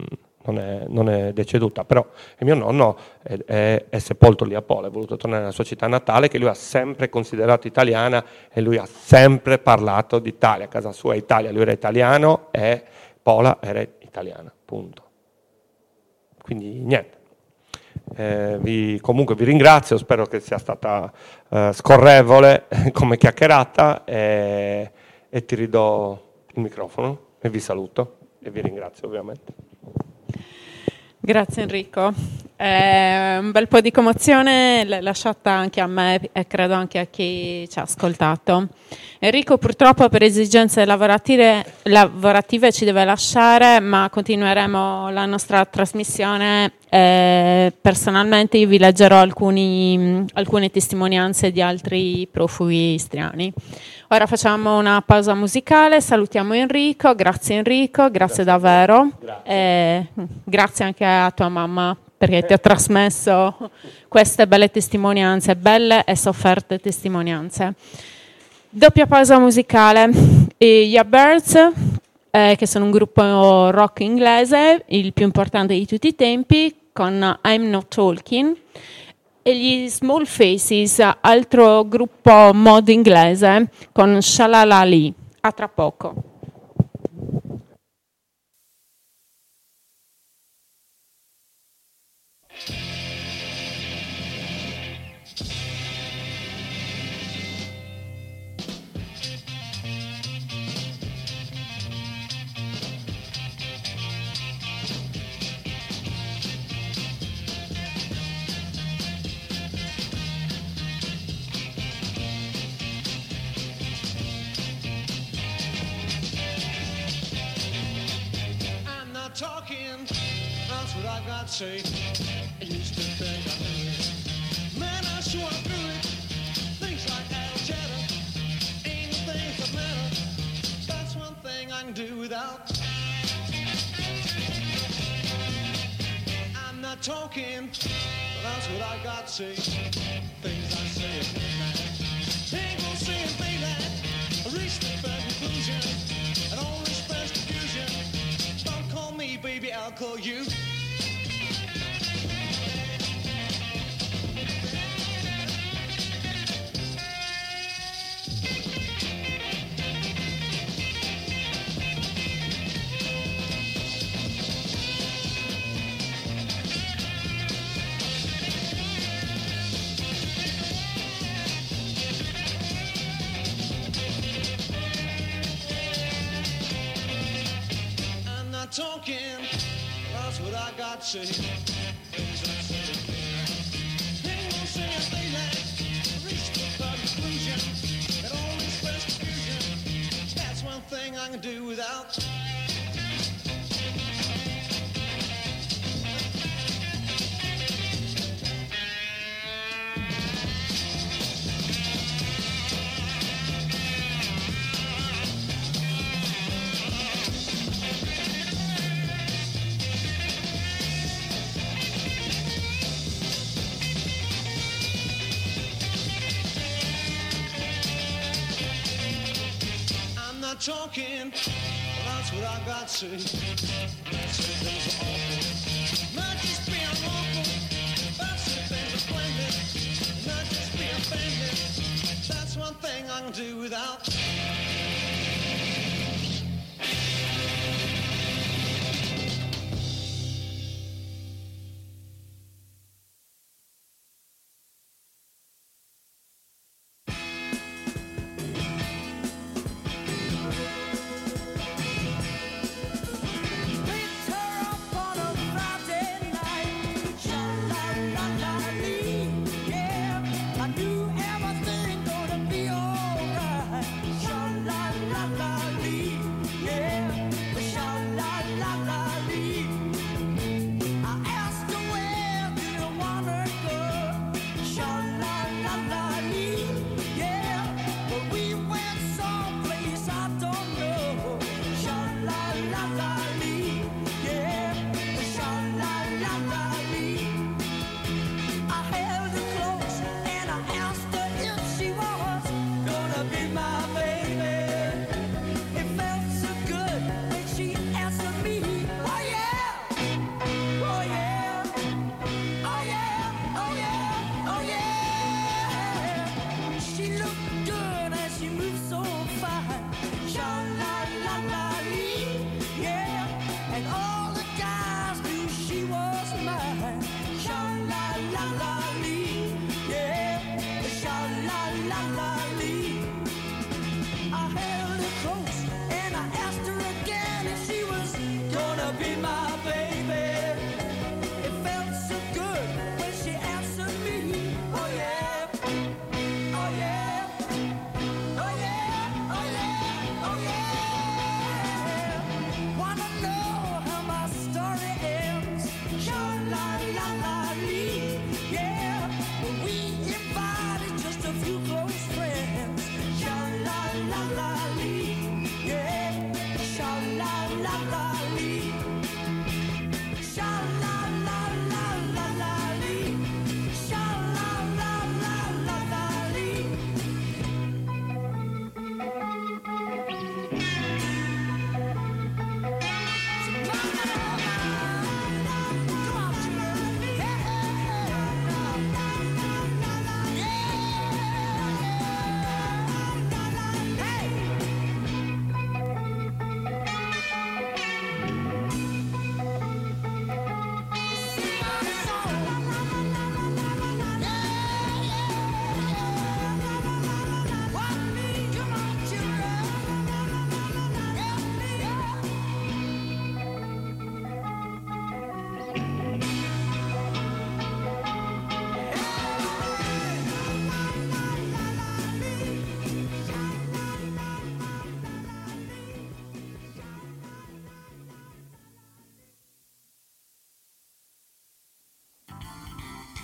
non è, non è deceduta, però il mio nonno è, è, è sepolto lì a Pola, è voluto tornare nella sua città natale, che lui ha sempre considerato italiana, e lui ha sempre parlato d'Italia, casa sua è Italia, lui era italiano e Pola era italiana, punto. Quindi niente. Eh, vi, comunque vi ringrazio, spero che sia stata eh, scorrevole come chiacchierata, e, e ti ridò il microfono e vi saluto e vi ringrazio ovviamente. Grazie Enrico. Eh, un bel po' di commozione l'è lasciata anche a me e credo anche a chi ci ha ascoltato. Enrico purtroppo per esigenze lavorative, lavorative ci deve lasciare, ma continueremo la nostra trasmissione. Eh, personalmente io vi leggerò alcuni, alcune testimonianze di altri profughi istriani. Ora facciamo una pausa musicale, salutiamo Enrico, grazie Enrico, grazie, grazie davvero, grazie. Eh, grazie anche a tua mamma perché ti ha trasmesso queste belle testimonianze, belle e sofferte testimonianze. Doppia pausa musicale, gli Yardbirds, eh, che sono un gruppo rock inglese, il più importante di tutti i tempi, con I'm Not Talking, e gli Small Faces, altro gruppo mod inglese, con Shalalali. A tra poco. Say, I used to think I knew it. Man, I sure I threw it. Things like idle chatter ain't the things that matter. That's one thing I can do without. I'm not talking, but that's what I got to say. Things I say at midnight. Ain't gonna say in daylight. I reached the fair conclusion. And all express confusion. Don't call me baby, I'll call you. Talking, that's what I got to say. Things I say. Ain't gonna say a thing like reach the conclusion. It all express confusion. That's one thing I can do without. Talking, that's what I got to say. Let's say things are awful, not just being awful. That's the things are splendid, not just being offended. That's one thing I can do without.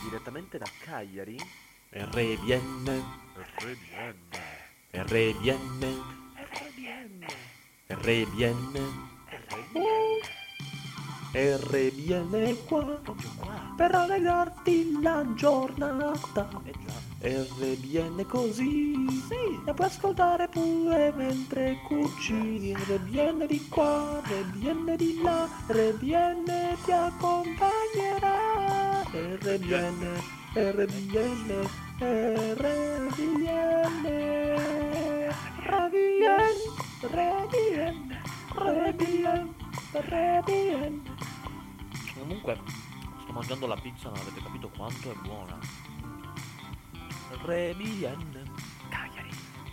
direttamente da Cagliari, R B N, R B N, R B N, R B N, R B N qua, proprio qua, per rallegrarti la giornata. R B N così, sì, la puoi ascoltare pure mentre cucini. R B N di qua, R B N di là, R B N ti accompagnerà. R B N, R B N, R B N, R B N, R B N, R B N, R B N. Comunque, sto mangiando la pizza, non avete capito quanto è buona. R B N Cagliari.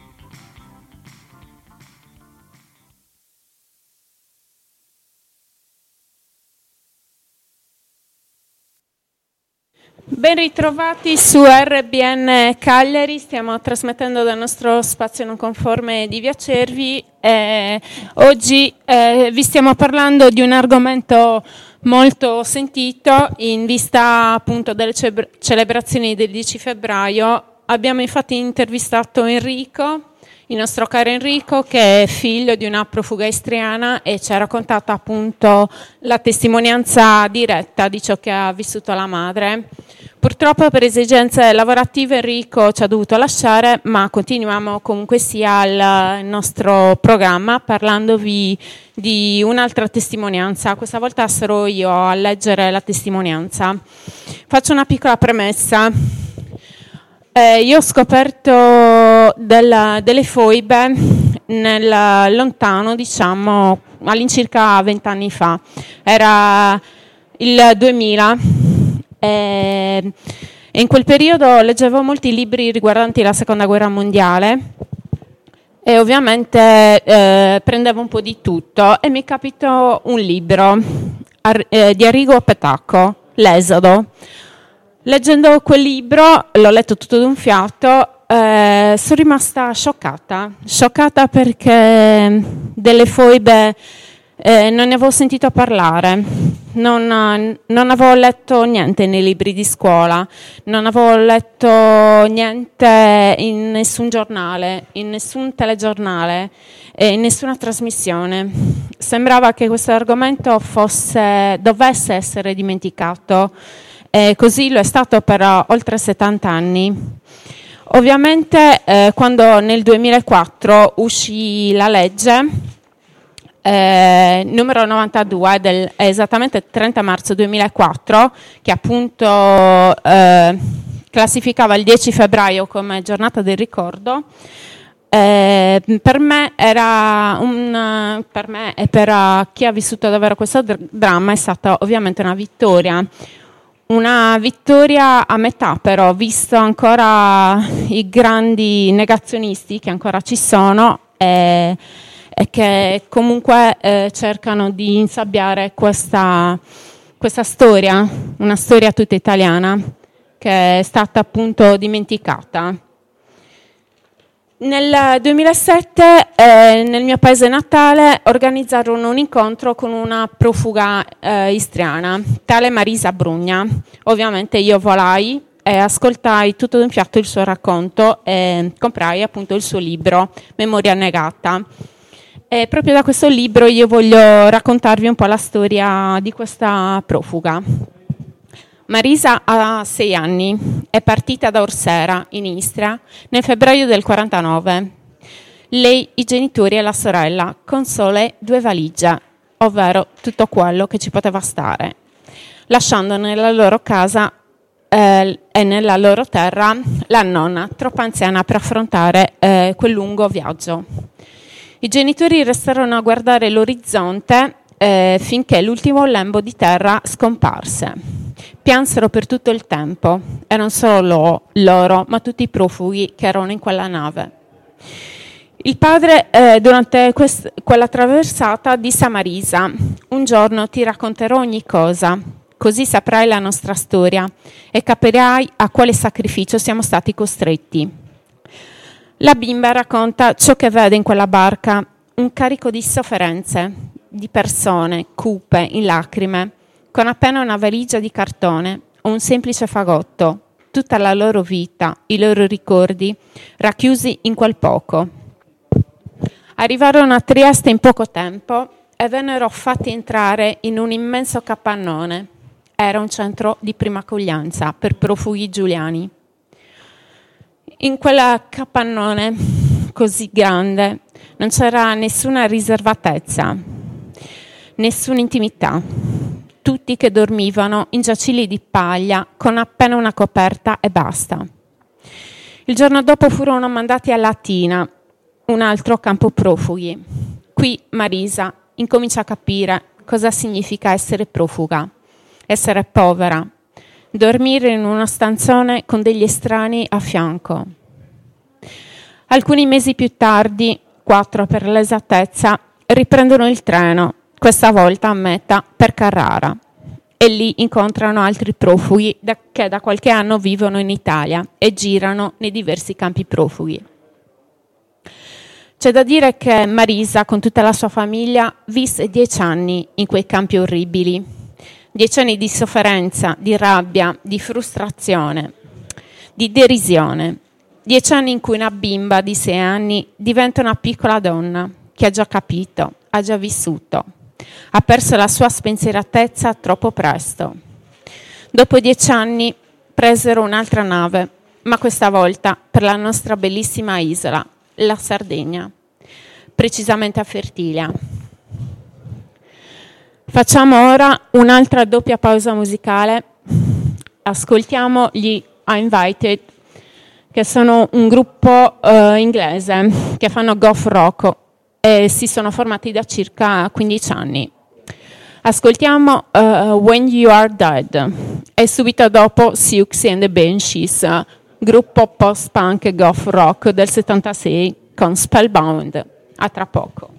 Ben ritrovati su R B N Cagliari, stiamo trasmettendo dal nostro spazio non conforme di Via Cervi. Eh, oggi eh, vi stiamo parlando di un argomento molto sentito in vista appunto delle ce- celebrazioni del dieci febbraio. Abbiamo infatti intervistato Enrico, il nostro caro Enrico, che è figlio di una profuga istriana e ci ha raccontato appunto la testimonianza diretta di ciò che ha vissuto la madre. Purtroppo per esigenze lavorative Enrico ci ha dovuto lasciare, ma continuiamo comunque sia al nostro programma parlandovi di un'altra testimonianza. Questa volta sarò io a leggere la testimonianza. Faccio una piccola premessa. Eh, io ho scoperto della, delle foibe nel lontano, diciamo, all'incirca vent'anni fa. Era il duemila. E in quel periodo leggevo molti libri riguardanti la seconda guerra mondiale e ovviamente eh, prendevo un po' di tutto e mi capitò un libro ar- eh, di Arrigo Petacco, L'Esodo. Leggendo quel libro, l'ho letto tutto d'un fiato, eh, sono rimasta scioccata, scioccata perché delle foibe eh, non ne avevo sentito parlare. Non, non avevo letto niente nei libri di scuola, non avevo letto niente in nessun giornale, in nessun telegiornale e in nessuna trasmissione. Sembrava che questo argomento fosse, dovesse essere dimenticato, e così lo è stato per oltre settanta anni. Ovviamente eh, quando nel duemilaquattro uscì la legge Eh, numero novantadue del esattamente trenta marzo duemilaquattro, che appunto eh, classificava il dieci febbraio come giornata del ricordo, eh, per me era un per me e per chi ha vissuto davvero questo dr- dramma è stata ovviamente una vittoria. Una vittoria a metà, però, visto ancora i grandi negazionisti che ancora ci sono e e che comunque eh, cercano di insabbiare questa, questa storia, una storia tutta italiana, che è stata appunto dimenticata. Nel duemilasette, eh, nel mio paese natale, organizzarono un incontro con una profuga eh, istriana, tale Marisa Brugna. Ovviamente io volai e ascoltai tutto d'un fiato il suo racconto e comprai appunto il suo libro, Memoria negata. E proprio da questo libro io voglio raccontarvi un po' la storia di questa profuga. Marisa ha sei anni, è partita da Orsera, in Istria, nel febbraio del quarantanove. Lei, i genitori e la sorella, con sole due valigie, ovvero tutto quello che ci poteva stare, lasciando nella loro casa eh, e nella loro terra la nonna, troppo anziana per affrontare eh, quel lungo viaggio. I genitori restarono a guardare l'orizzonte eh, finché l'ultimo lembo di terra scomparse. Piansero per tutto il tempo, e non solo loro, ma tutti i profughi che erano in quella nave. Il padre, eh, durante quest- quella traversata, disse a Marisa: «Un giorno ti racconterò ogni cosa, così saprai la nostra storia e capirai a quale sacrificio siamo stati costretti». La bimba racconta ciò che vede in quella barca, un carico di sofferenze, di persone cupe, in lacrime, con appena una valigia di cartone, o un semplice fagotto, tutta la loro vita, i loro ricordi, racchiusi in quel poco. Arrivarono a Trieste in poco tempo e vennero fatti entrare in un immenso capannone. Era un centro di prima accoglienza per profughi giuliani. In quel capannone così grande non c'era nessuna riservatezza, nessuna intimità. Tutti che dormivano in giaciglii di paglia con appena una coperta e basta. Il giorno dopo furono mandati a Latina, un altro campo profughi. Qui Marisa incomincia a capire cosa significa essere profuga, essere povera, dormire in uno stanzone con degli estranei a fianco. Alcuni mesi più tardi, quattro per l'esattezza, riprendono il treno, questa volta a meta per Carrara, e lì incontrano altri profughi da, che da qualche anno vivono in Italia e girano nei diversi campi profughi. C'è da dire che Marisa, con tutta la sua famiglia, visse dieci anni in quei campi orribili, dieci anni di sofferenza, di rabbia, di frustrazione, di derisione, dieci anni in cui una bimba di sei anni diventa una piccola donna che ha già capito, ha già vissuto, ha perso la sua spensieratezza troppo presto. Dopo dieci anni presero un'altra nave, ma questa volta per la nostra bellissima isola, la Sardegna, precisamente a Fertilia. Facciamo ora un'altra doppia pausa musicale. Ascoltiamo gli Invited, che sono un gruppo uh, inglese che fanno goth rock e si sono formati da circa quindici anni. Ascoltiamo uh, When You Are Dead e subito dopo Siouxsie and the Banshees, gruppo post-punk e goth rock del settantasei con Spellbound. A tra poco.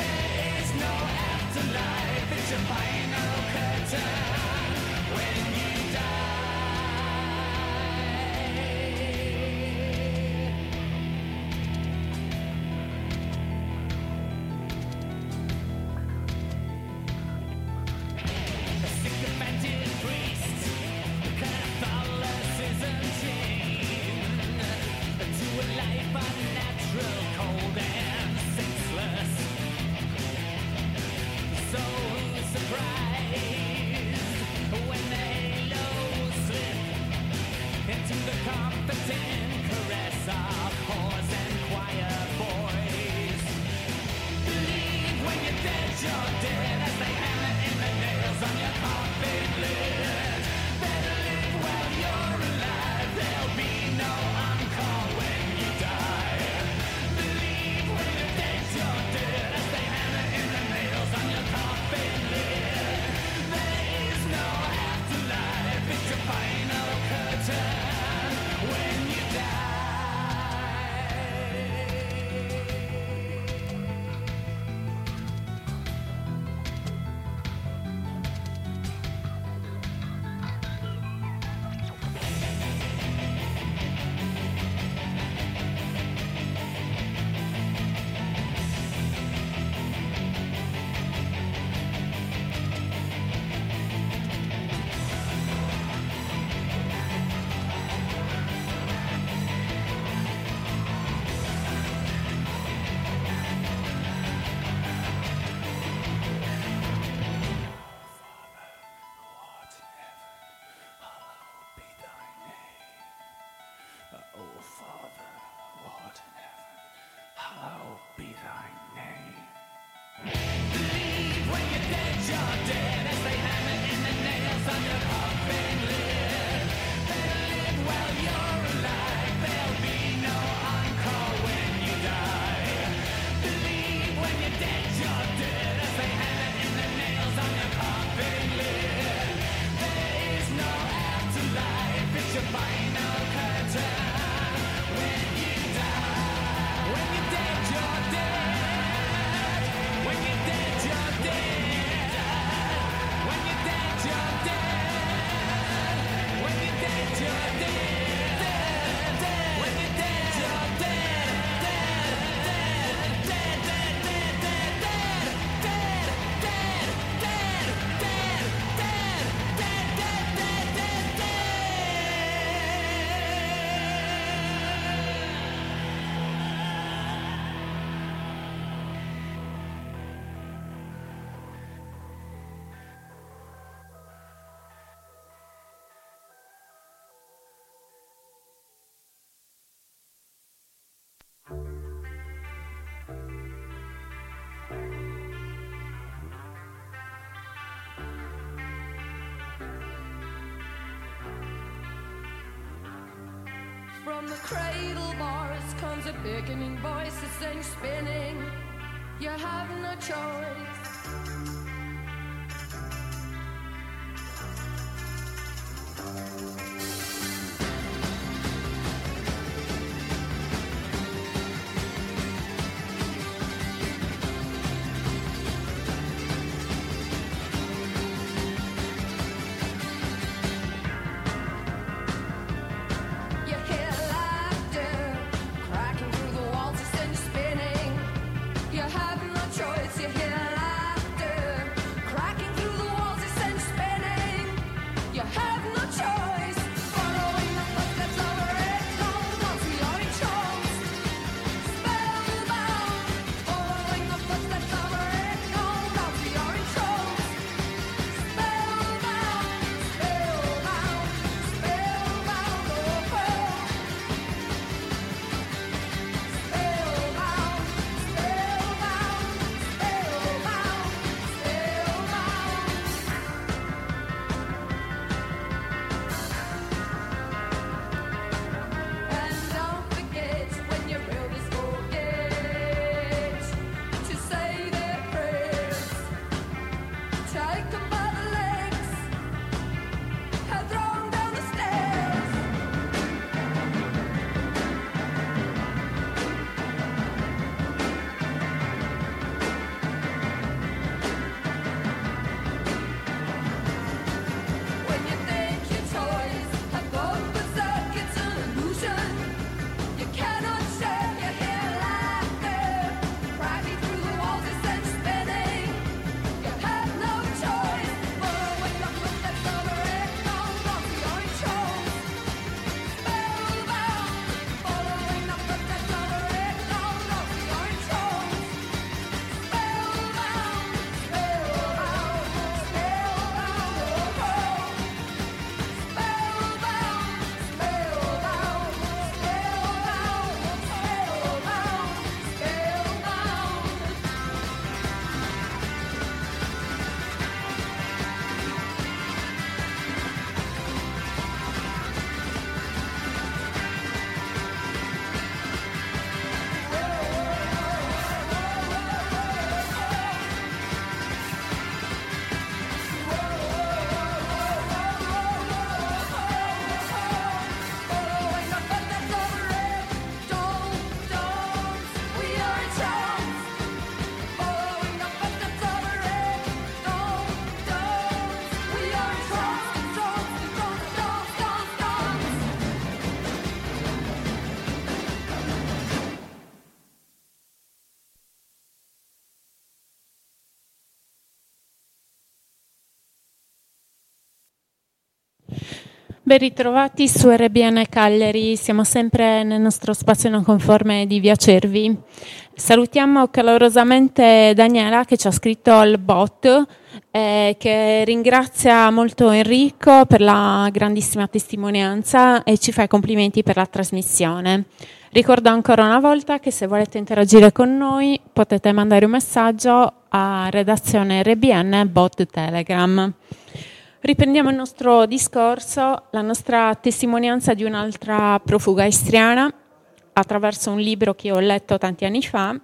When you From the cradle bars comes a beckoning voice that sends spinning. You have no choice. Ben ritrovati su R B N Cagliari, siamo sempre nel nostro spazio non conforme di Via Cervi. Salutiamo calorosamente Daniela che ci ha scritto al bot, eh, che ringrazia molto Enrico per la grandissima testimonianza e ci fa i complimenti per la trasmissione. Ricordo ancora una volta che se volete interagire con noi potete mandare un messaggio a redazione R B N bot Telegram. Riprendiamo il nostro discorso, la nostra testimonianza di un'altra profuga istriana attraverso un libro che ho letto tanti anni fa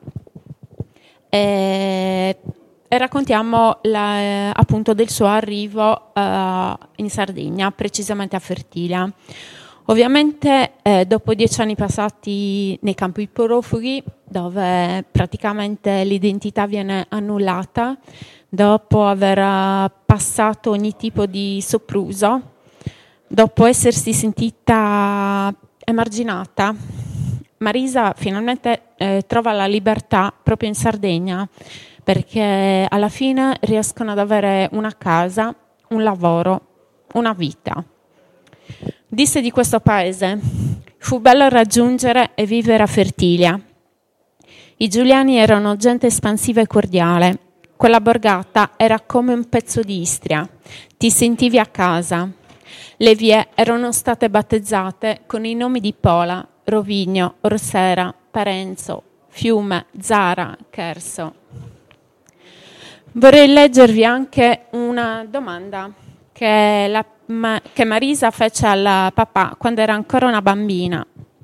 e, e raccontiamo la, appunto del suo arrivo uh, in Sardegna, precisamente a Fertilia. Ovviamente eh, dopo dieci anni passati nei campi profughi, dove praticamente l'identità viene annullata, dopo aver passato ogni tipo di sopruso, dopo essersi sentita emarginata, Marisa finalmente eh, trova la libertà proprio in Sardegna, perché alla fine riescono ad avere una casa, un lavoro, una vita. Disse di questo paese: fu bello raggiungere e vivere a Fertilia. I giuliani erano gente espansiva e cordiale. Quella borgata era come un pezzo di Istria. Ti sentivi a casa. Le vie erano state battezzate con i nomi di Pola, Rovigno, Orsera, Parenzo, Fiume, Zara, Cherso. Vorrei leggervi anche una domanda che, la, ma, che Marisa fece al papà quando era ancora una bambina.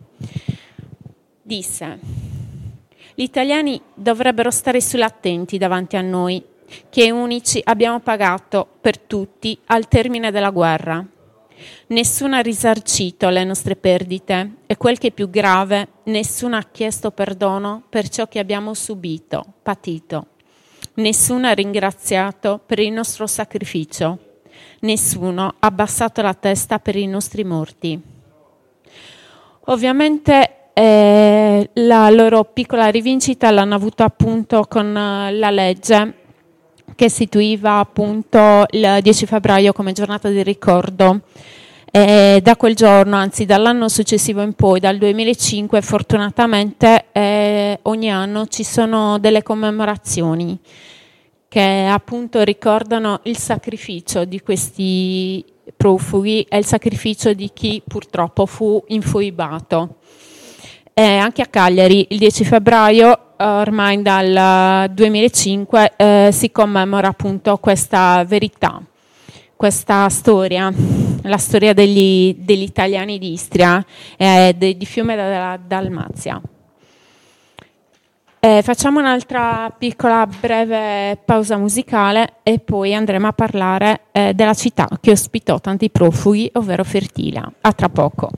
disse: gli italiani dovrebbero stare sull'attenti davanti a noi, che unici abbiamo pagato per tutti al termine della guerra. Nessuno ha risarcito le nostre perdite e, quel che è più grave, nessuno ha chiesto perdono per ciò che abbiamo subito, patito. Nessuno ha ringraziato per il nostro sacrificio. Nessuno ha abbassato la testa per i nostri morti. Ovviamente eh, la loro piccola rivincita l'hanno avuta appunto con uh, la legge che istituiva appunto il dieci febbraio come giornata di ricordo. E da quel giorno, anzi dall'anno successivo in poi, dal duemilacinque, fortunatamente eh, ogni anno ci sono delle commemorazioni che appunto ricordano il sacrificio di questi profughi e il sacrificio di chi purtroppo fu infoibato. E anche a Cagliari il dieci febbraio, ormai dal duemilacinque, eh, si commemora appunto questa verità, questa storia, la storia degli, degli italiani di Istria e eh, di Fiume della Dalmazia. Eh, facciamo un'altra piccola breve pausa musicale e poi andremo a parlare eh, della città che ospitò tanti profughi, ovvero Fertilia. A tra poco.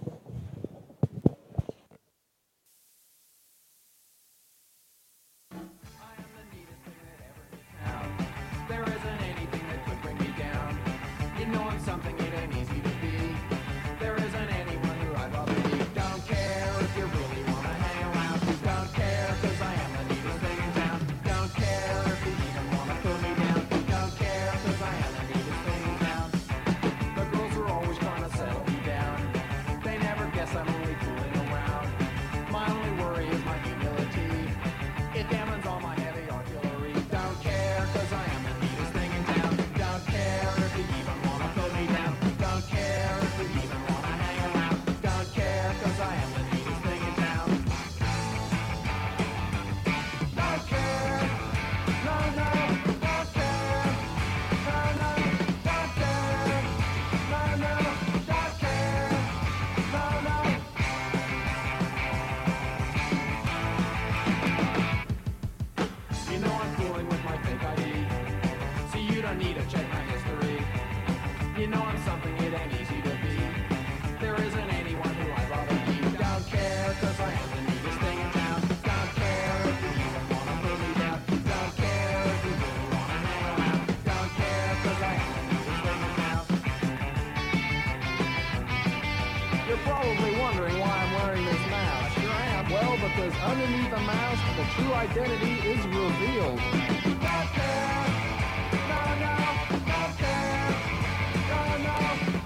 Underneath a mask, the true identity is revealed. Don't care. No, no, don't care. No, no.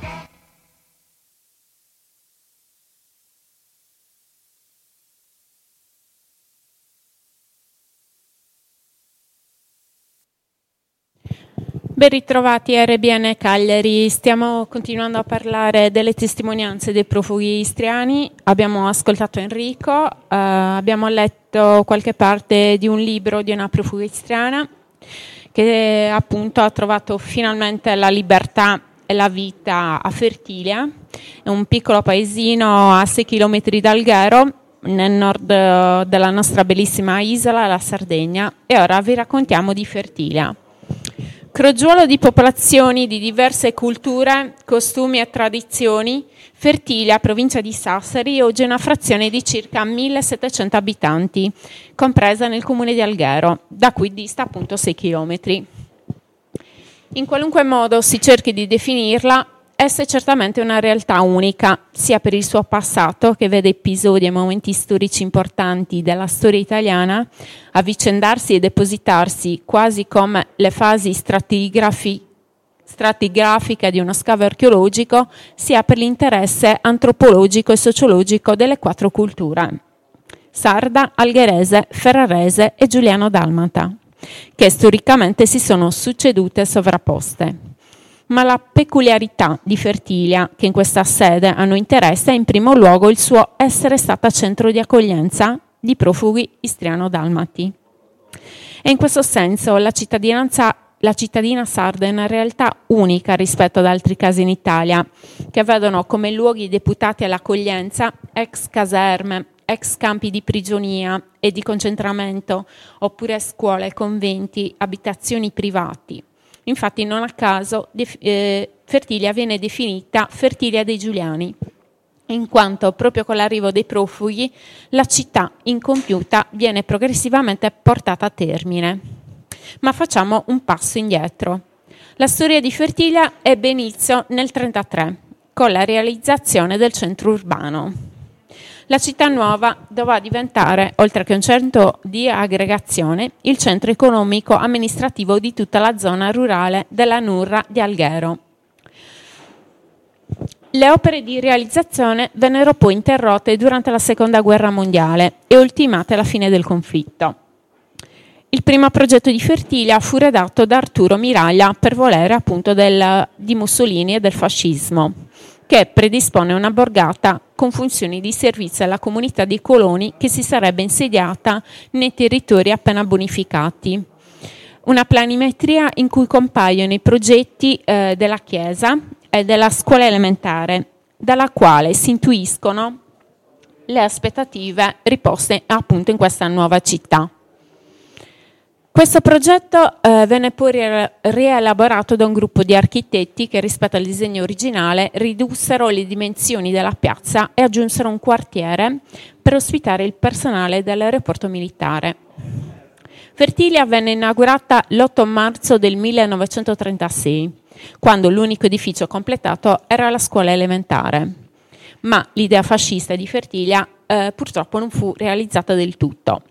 Ben ritrovati a R B N Cagliari, stiamo continuando a parlare delle testimonianze dei profughi istriani. Abbiamo ascoltato Enrico, eh, abbiamo letto qualche parte di un libro di una profuga istriana che appunto ha trovato finalmente la libertà e la vita a Fertilia. È un piccolo paesino a sei chilometri dal Ghero, nel nord della nostra bellissima isola, la Sardegna, e ora vi raccontiamo di Fertilia. Crogiuolo di popolazioni di diverse culture, costumi e tradizioni, Fertilia, provincia di Sassari, oggi è una frazione di circa millesettecento abitanti, compresa nel comune di Alghero, da cui dista appunto sei chilometri. In qualunque modo si cerchi di definirla, essa è certamente una realtà unica, sia per il suo passato, che vede episodi e momenti storici importanti della storia italiana avvicendarsi e depositarsi quasi come le fasi stratigrafi- stratigrafiche di uno scavo archeologico, sia per l'interesse antropologico e sociologico delle quattro culture: sarda, algherese, ferrarese e giuliano-dalmata, che storicamente si sono succedute e sovrapposte. Ma la peculiarità di Fertilia, che in questa sede a noi interessa, è in primo luogo il suo essere stata centro di accoglienza di profughi istriano-dalmati. E in questo senso la cittadinanza, la cittadina sarda è una realtà unica rispetto ad altri casi in Italia, che vedono come luoghi deputati all'accoglienza ex caserme ex campi di prigionia e di concentramento, oppure scuole, conventi, abitazioni privati. Infatti non a caso def- eh, Fertilia viene definita Fertilia dei Giuliani, in quanto proprio con l'arrivo dei profughi la città incompiuta viene progressivamente portata a termine. Ma facciamo un passo indietro. La storia di Fertilia ebbe inizio nel trentatré, con la realizzazione del centro urbano. La città nuova doveva diventare, oltre che un centro di aggregazione, il centro economico-amministrativo di tutta la zona rurale della Nurra di Alghero. Le opere di realizzazione vennero poi interrotte durante la Seconda Guerra Mondiale e ultimate alla fine del conflitto. Il primo progetto di Fertilia fu redatto da Arturo Miraglia per volere appunto del, di Mussolini e del fascismo, che predispone una borgata con funzioni di servizio alla comunità dei coloni che si sarebbe insediata nei territori appena bonificati. Una planimetria in cui compaiono i progetti eh, della chiesa e della scuola elementare, dalla quale si intuiscono le aspettative riposte appunto in questa nuova città. Questo progetto eh, venne poi rie- rielaborato da un gruppo di architetti che rispetto al disegno originale ridussero le dimensioni della piazza e aggiunsero un quartiere per ospitare il personale dell'aeroporto militare. Fertilia venne inaugurata l'otto marzo del millenovecentotrentasei, quando l'unico edificio completato era la scuola elementare, ma l'idea fascista di Fertilia eh, purtroppo non fu realizzata del tutto.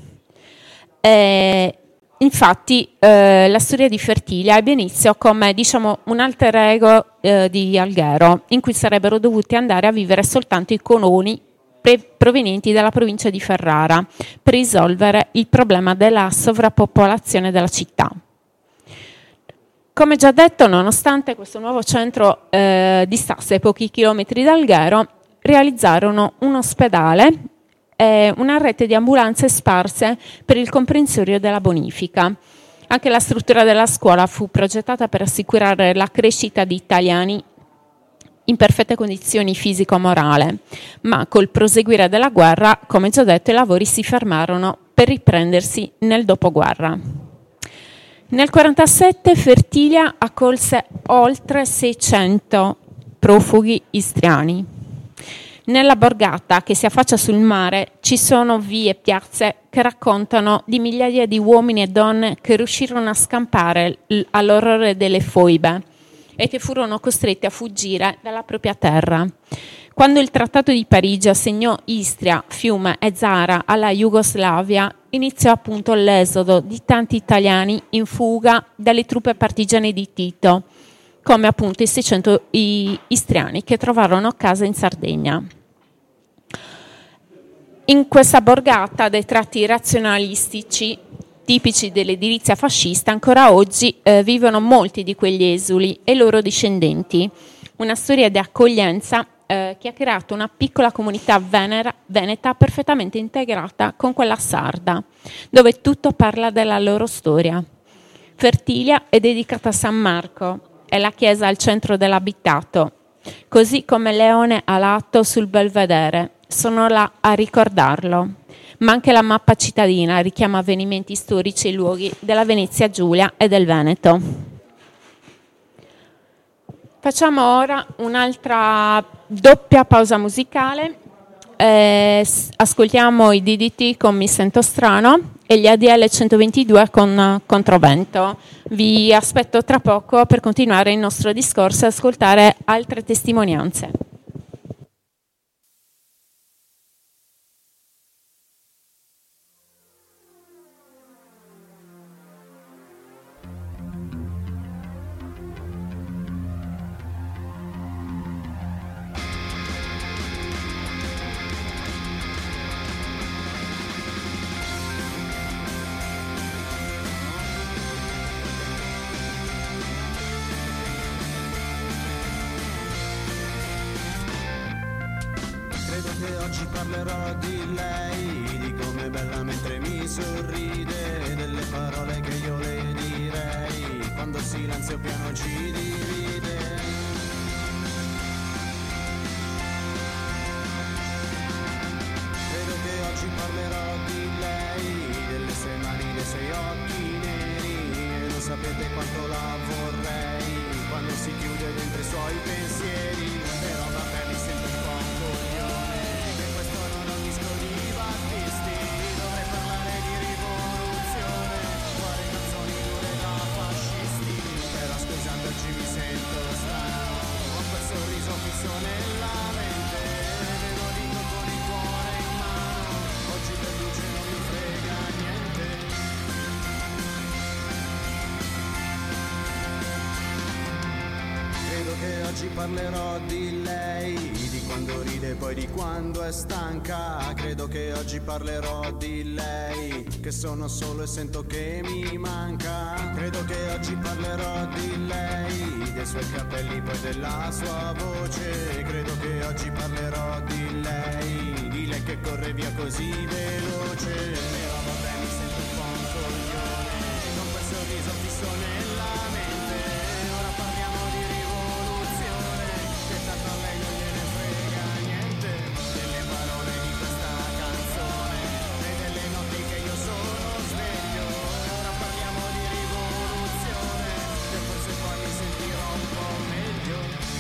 Eh, Infatti eh, la storia di Fertilia ebbe inizio come diciamo, un alter ego eh, di Alghero, in cui sarebbero dovuti andare a vivere soltanto i coloni pre- provenienti dalla provincia di Ferrara per risolvere il problema della sovrappopolazione della città. Come già detto, nonostante questo nuovo centro eh, distasse pochi chilometri da Alghero, realizzarono un ospedale, una rete di ambulanze sparse per il comprensorio della bonifica. Anche la struttura della scuola fu progettata per assicurare la crescita di italiani in perfette condizioni fisico-morale, ma col proseguire della guerra, come già detto, i lavori si fermarono per riprendersi nel dopoguerra. Nel millenovecentoquarantasette Fertilia accolse oltre seicento profughi istriani. Nella borgata, che si affaccia sul mare, ci sono vie e piazze che raccontano di migliaia di uomini e donne che riuscirono a scampare all'orrore delle foibe e che furono costretti a fuggire dalla propria terra. Quando il Trattato di Parigi assegnò Istria, Fiume e Zara alla Jugoslavia, iniziò appunto l'esodo di tanti italiani in fuga dalle truppe partigiane di Tito, come appunto i seicento istriani che trovarono casa in Sardegna. In questa borgata dai tratti razionalistici tipici dell'edilizia fascista ancora oggi eh, vivono molti di quegli esuli e loro discendenti, una storia di accoglienza eh, che ha creato una piccola comunità venera, veneta perfettamente integrata con quella sarda, dove tutto parla della loro storia. Fertilia è dedicata a San Marco, è la chiesa al centro dell'abitato, così come Leone Alato sul Belvedere. Sono là a ricordarlo, ma anche la mappa cittadina richiama avvenimenti storici e luoghi della Venezia Giulia e del Veneto. Facciamo ora un'altra doppia pausa musicale, eh, ascoltiamo i D D T con Mi Sento Strano e gli A D L centoventidue con Controvento. Vi aspetto tra poco per continuare il nostro discorso e ascoltare altre testimonianze. Oggi parlerò di lei, di come bella mentre mi sorride, delle parole che io le direi, quando il silenzio piano ci divide. Ed quanto la vorrei, quando si chiude dentro i suoi pensieri. Però vabbè, mi sento un po' un coglione, che questo non è un disco di Battisti. Dovrei parlare di rivoluzione, fare canzoni dure da fascisti. Però scusate, oggi mi sento strano, ho quel sorriso fisso nella mente, ve lo dico con il cuore in mano, oggi per luce non mi frega niente. Credo che oggi parlerò di lei, di quando ride e poi di quando è stanca. Credo che oggi parlerò di lei, che sono solo e sento che mi manca. Credo che oggi parlerò di lei, dei suoi capelli poi della sua voce. Credo che oggi parlerò di lei, di lei che corre via così veloce. Però vabbè, mi sento un po' un coglione, con quel sorriso fisso nella mente. Ora parliamo di rivoluzione, che tanto a lei non gliene frega niente delle parole di questa canzone e delle notti che io sono sveglio. Ora parliamo di rivoluzione, che forse poi mi sentirò un po' meglio.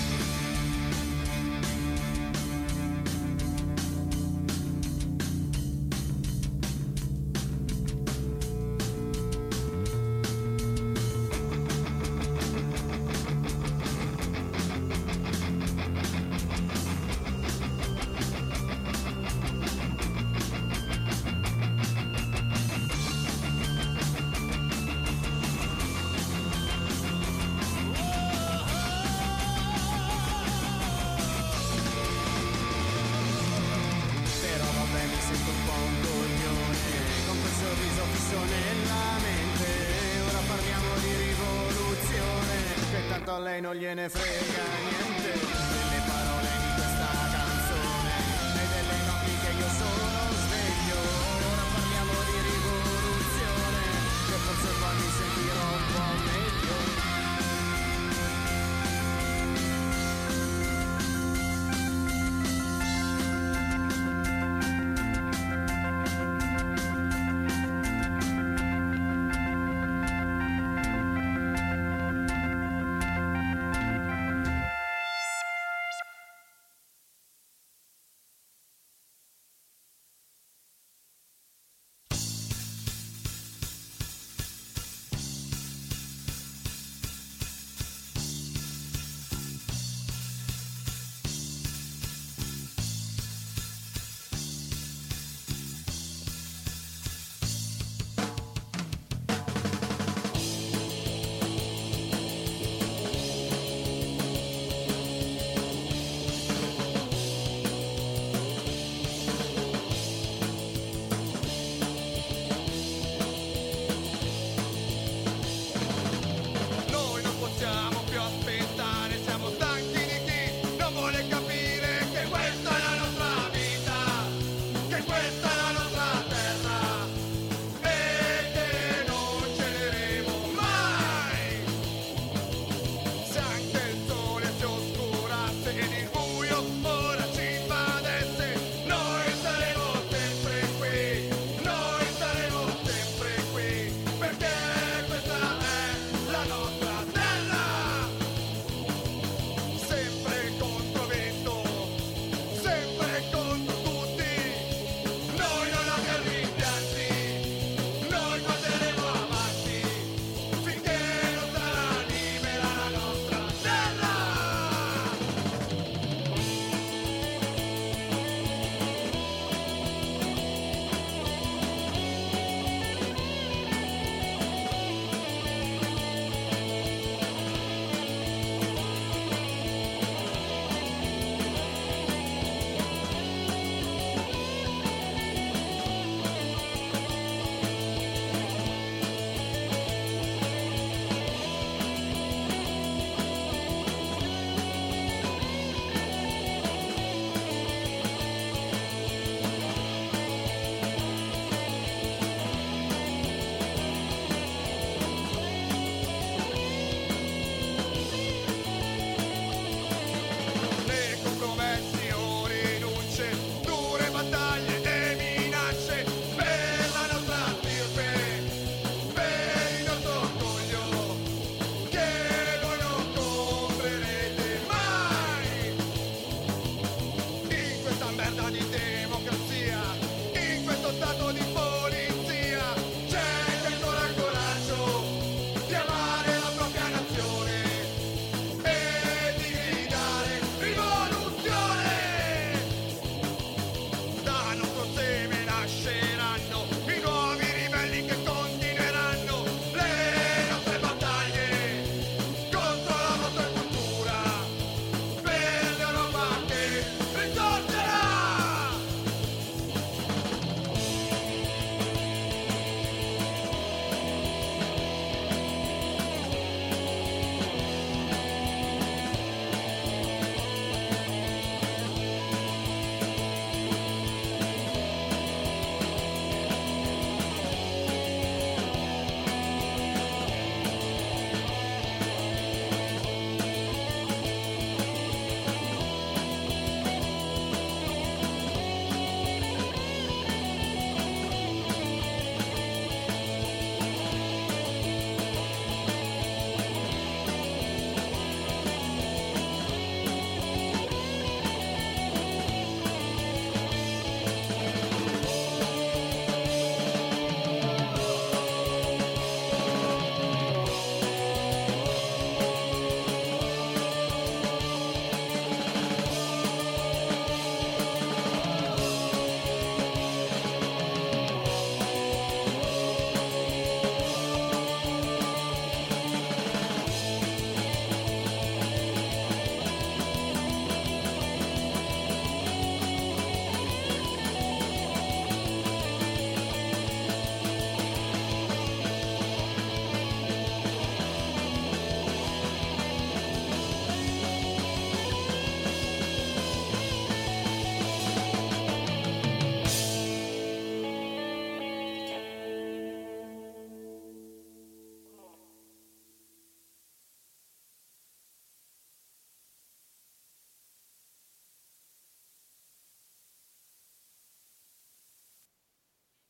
Però vabbè, mi sento un po' un coglione, con quel sorriso fisso nella mente. Ora parliamo di rivoluzione, che tanto a lei non gliene frega niente delle parole di questa canzone e delle notti che io sono sveglio. Ora parliamo di rivoluzione, che forse poi mi sentirò un po' meglio.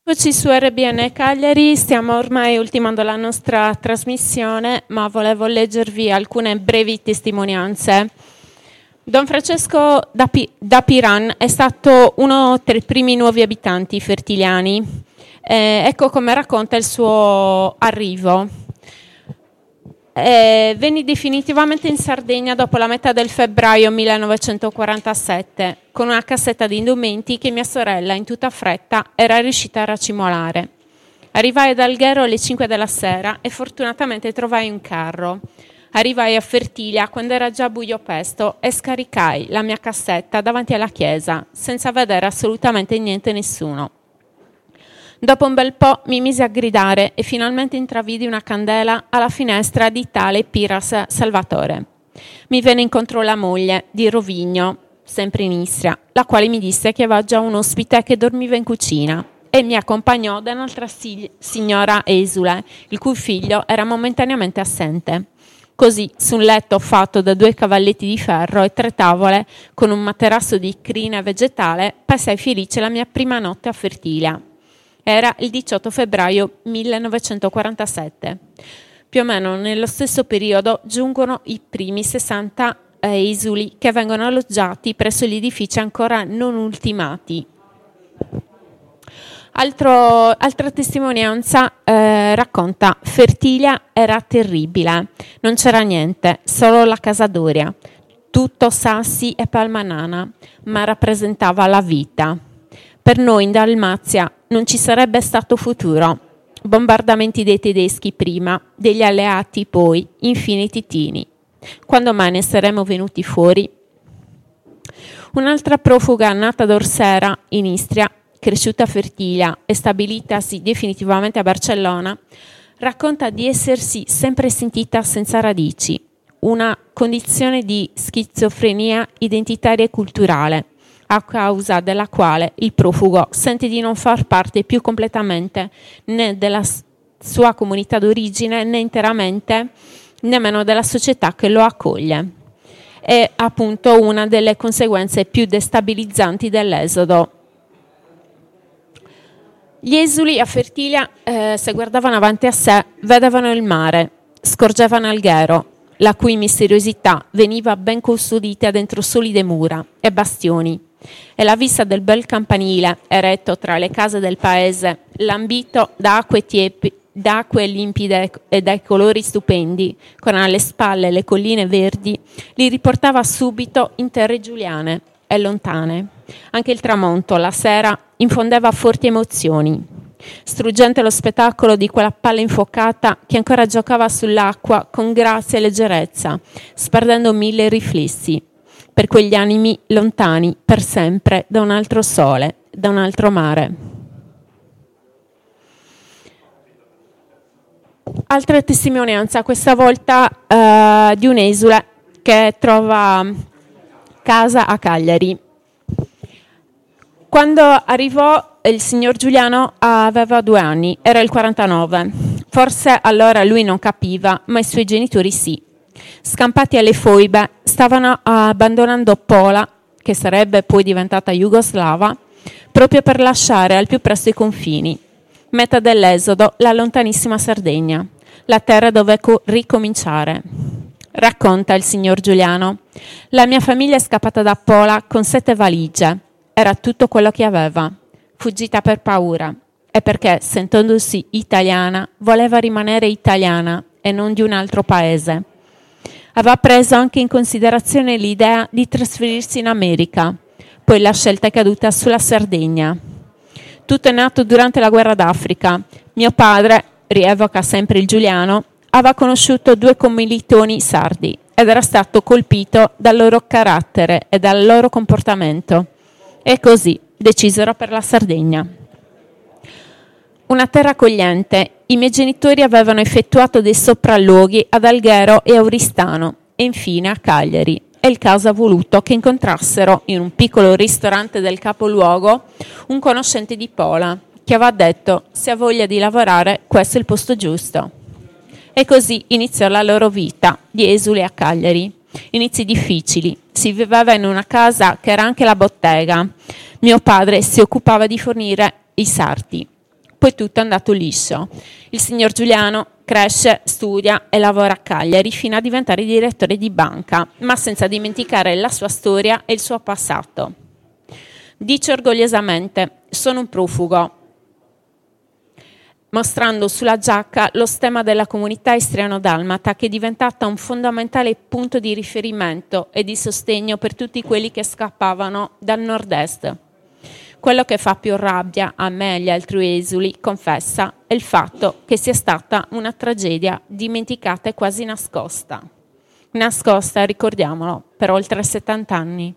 Eccoci su R B N Cagliari, stiamo ormai ultimando la nostra trasmissione, ma volevo leggervi alcune brevi testimonianze. Don Francesco da, Pi- da Piran è stato uno tra i primi nuovi abitanti fertiliani. Eh, ecco come racconta il suo arrivo. Eh, venni definitivamente in Sardegna dopo la metà del febbraio millenovecentoquarantasette con una cassetta di indumenti che mia sorella in tutta fretta era riuscita a racimolare. Arrivai ad Alghero alle cinque della sera e fortunatamente trovai un carro. Arrivai a Fertilia quando era già buio pesto e scaricai la mia cassetta davanti alla chiesa senza vedere assolutamente niente e nessuno. Dopo un bel po' mi misi a gridare e finalmente intravidi una candela alla finestra di tale Piras Salvatore. Mi venne incontro la moglie di Rovigno, sempre in Istria, la quale mi disse che aveva già un ospite che dormiva in cucina e mi accompagnò da un'altra si- signora esule, il cui figlio era momentaneamente assente. Così, su un letto fatto da due cavalletti di ferro e tre tavole con un materasso di crina vegetale, passai felice la mia prima notte a Fertilia. Era il diciotto febbraio millenovecentoquarantasette. Più o meno nello stesso periodo giungono i primi sessanta esuli che vengono alloggiati presso gli edifici ancora non ultimati. Altro, altra testimonianza eh, racconta: Fertilia era terribile, non c'era niente, solo la casa Doria, tutto sassi e palmanana, ma rappresentava la vita. Per noi in Dalmazia non ci sarebbe stato futuro. Bombardamenti dei tedeschi prima, degli alleati poi, infine i titini. Quando mai ne saremmo venuti fuori? Un'altra profuga nata ad Orsera, in Istria, cresciuta a Fertilia e stabilitasi definitivamente a Barcellona, racconta di essersi sempre sentita senza radici, una condizione di schizofrenia identitaria e culturale, a causa della quale il profugo sente di non far parte più completamente né della sua comunità d'origine né interamente nemmeno della società che lo accoglie. È appunto una delle conseguenze più destabilizzanti dell'esodo. Gli esuli a Fertilia, eh, se guardavano avanti a sé, vedevano il mare, scorgevano Alghero, la cui misteriosità veniva ben custodita dentro solide mura e bastioni, e la vista del bel campanile eretto tra le case del paese, lambito da acque tiepi, da acque limpide e dai colori stupendi, con alle spalle le colline verdi, li riportava subito in terre giuliane e lontane. Anche il tramonto, la sera, infondeva forti emozioni. Struggente lo spettacolo di quella palla infuocata che ancora giocava sull'acqua con grazia e leggerezza, sperdendo mille riflessi, per quegli animi lontani per sempre da un altro sole, da un altro mare. Altra testimonianza, questa volta eh, di un'esule che trova casa a Cagliari. Quando arrivò il signor Giuliano aveva due anni, era il quarantanove. Forse allora lui non capiva, ma i suoi genitori sì. Scampati alle foibe, stavano abbandonando Pola, che sarebbe poi diventata Jugoslava, proprio per lasciare al più presto i confini. Meta dell'esodo, la lontanissima Sardegna, la terra dove co- ricominciare. Racconta il signor Giuliano: la mia famiglia è scappata da Pola con sette valigie. Era tutto quello che aveva. Fuggita per paura e perché, sentendosi italiana, voleva rimanere italiana e non di un altro paese. Aveva preso anche in considerazione l'idea di trasferirsi in America, poi la scelta è caduta sulla Sardegna. Tutto è nato durante la guerra d'Africa. Mio padre, rievoca sempre il Giuliano, aveva conosciuto due commilitoni sardi ed era stato colpito dal loro carattere e dal loro comportamento. E così decisero per la Sardegna. Una terra accogliente. I miei genitori avevano effettuato dei sopralluoghi ad Alghero e a Oristano e infine a Cagliari. E il caso ha voluto che incontrassero in un piccolo ristorante del capoluogo un conoscente di Pola che aveva detto: se ha voglia di lavorare, questo è il posto giusto. E così iniziò la loro vita di esuli a Cagliari. Inizi difficili. Si viveva in una casa che era anche la bottega. Mio padre si occupava di fornire i sardi. poi tutto è andato liscio. Il signor Giuliano cresce, studia e lavora a Cagliari fino a diventare direttore di banca, ma senza dimenticare la sua storia e il suo passato. Dice orgogliosamente: sono un profugo, mostrando sulla giacca lo stemma della comunità istriano-dalmata, che è diventata un fondamentale punto di riferimento e di sostegno per tutti quelli che scappavano dal nord-est. Quello che fa più rabbia a me e agli altri esuli, confessa, è il fatto che sia stata una tragedia dimenticata e quasi nascosta. Nascosta, ricordiamolo, per oltre settanta anni.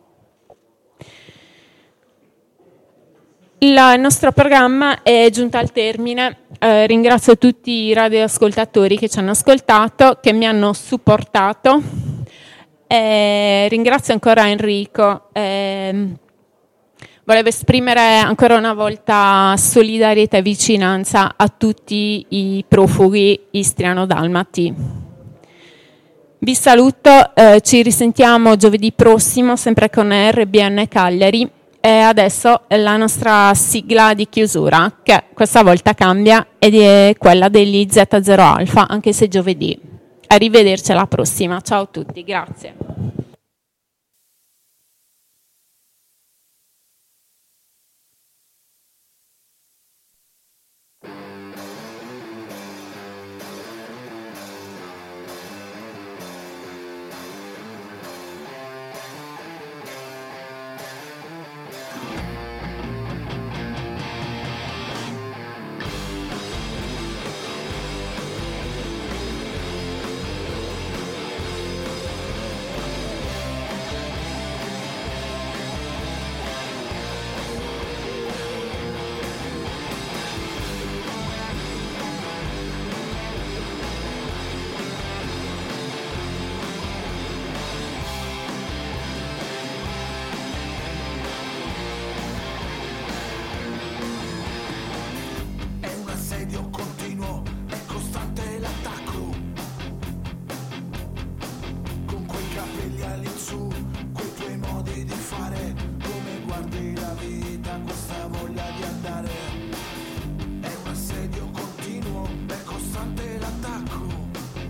Il nostro programma è giunto al termine. Eh, ringrazio tutti i radioascoltatori che ci hanno ascoltato, che mi hanno supportato. Eh, ringrazio ancora Enrico. Eh, volevo esprimere ancora una volta solidarietà e vicinanza a tutti i profughi istriano-dalmati. Vi saluto, eh, ci risentiamo giovedì prossimo, sempre con R B N Cagliari. E adesso la nostra sigla di chiusura, che questa volta cambia, ed è quella degli Z zero Alfa, anche se giovedì. Arrivederci alla prossima. Ciao a tutti, grazie.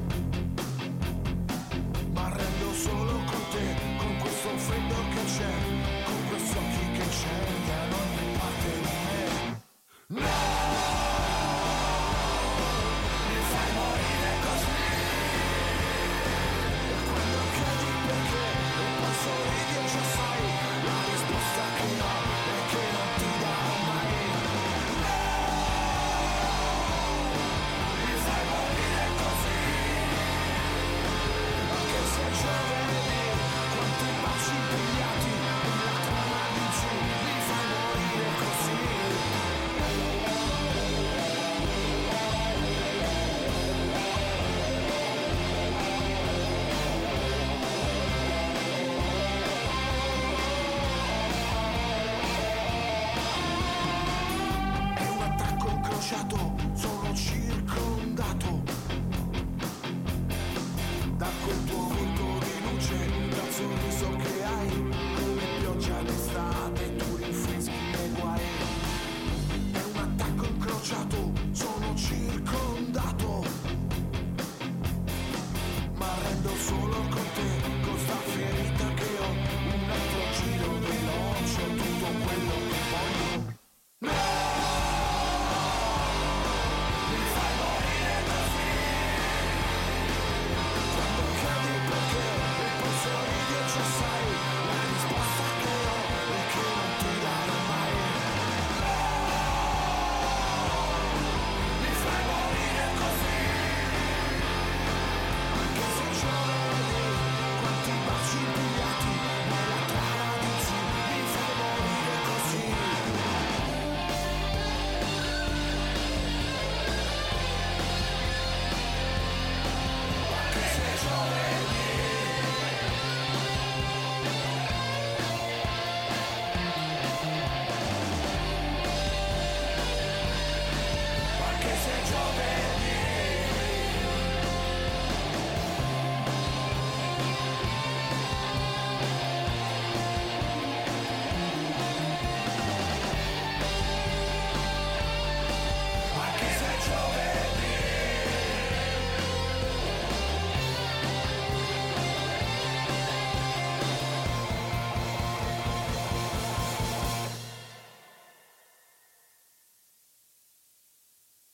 Solo con te, con questo freddo che c'è.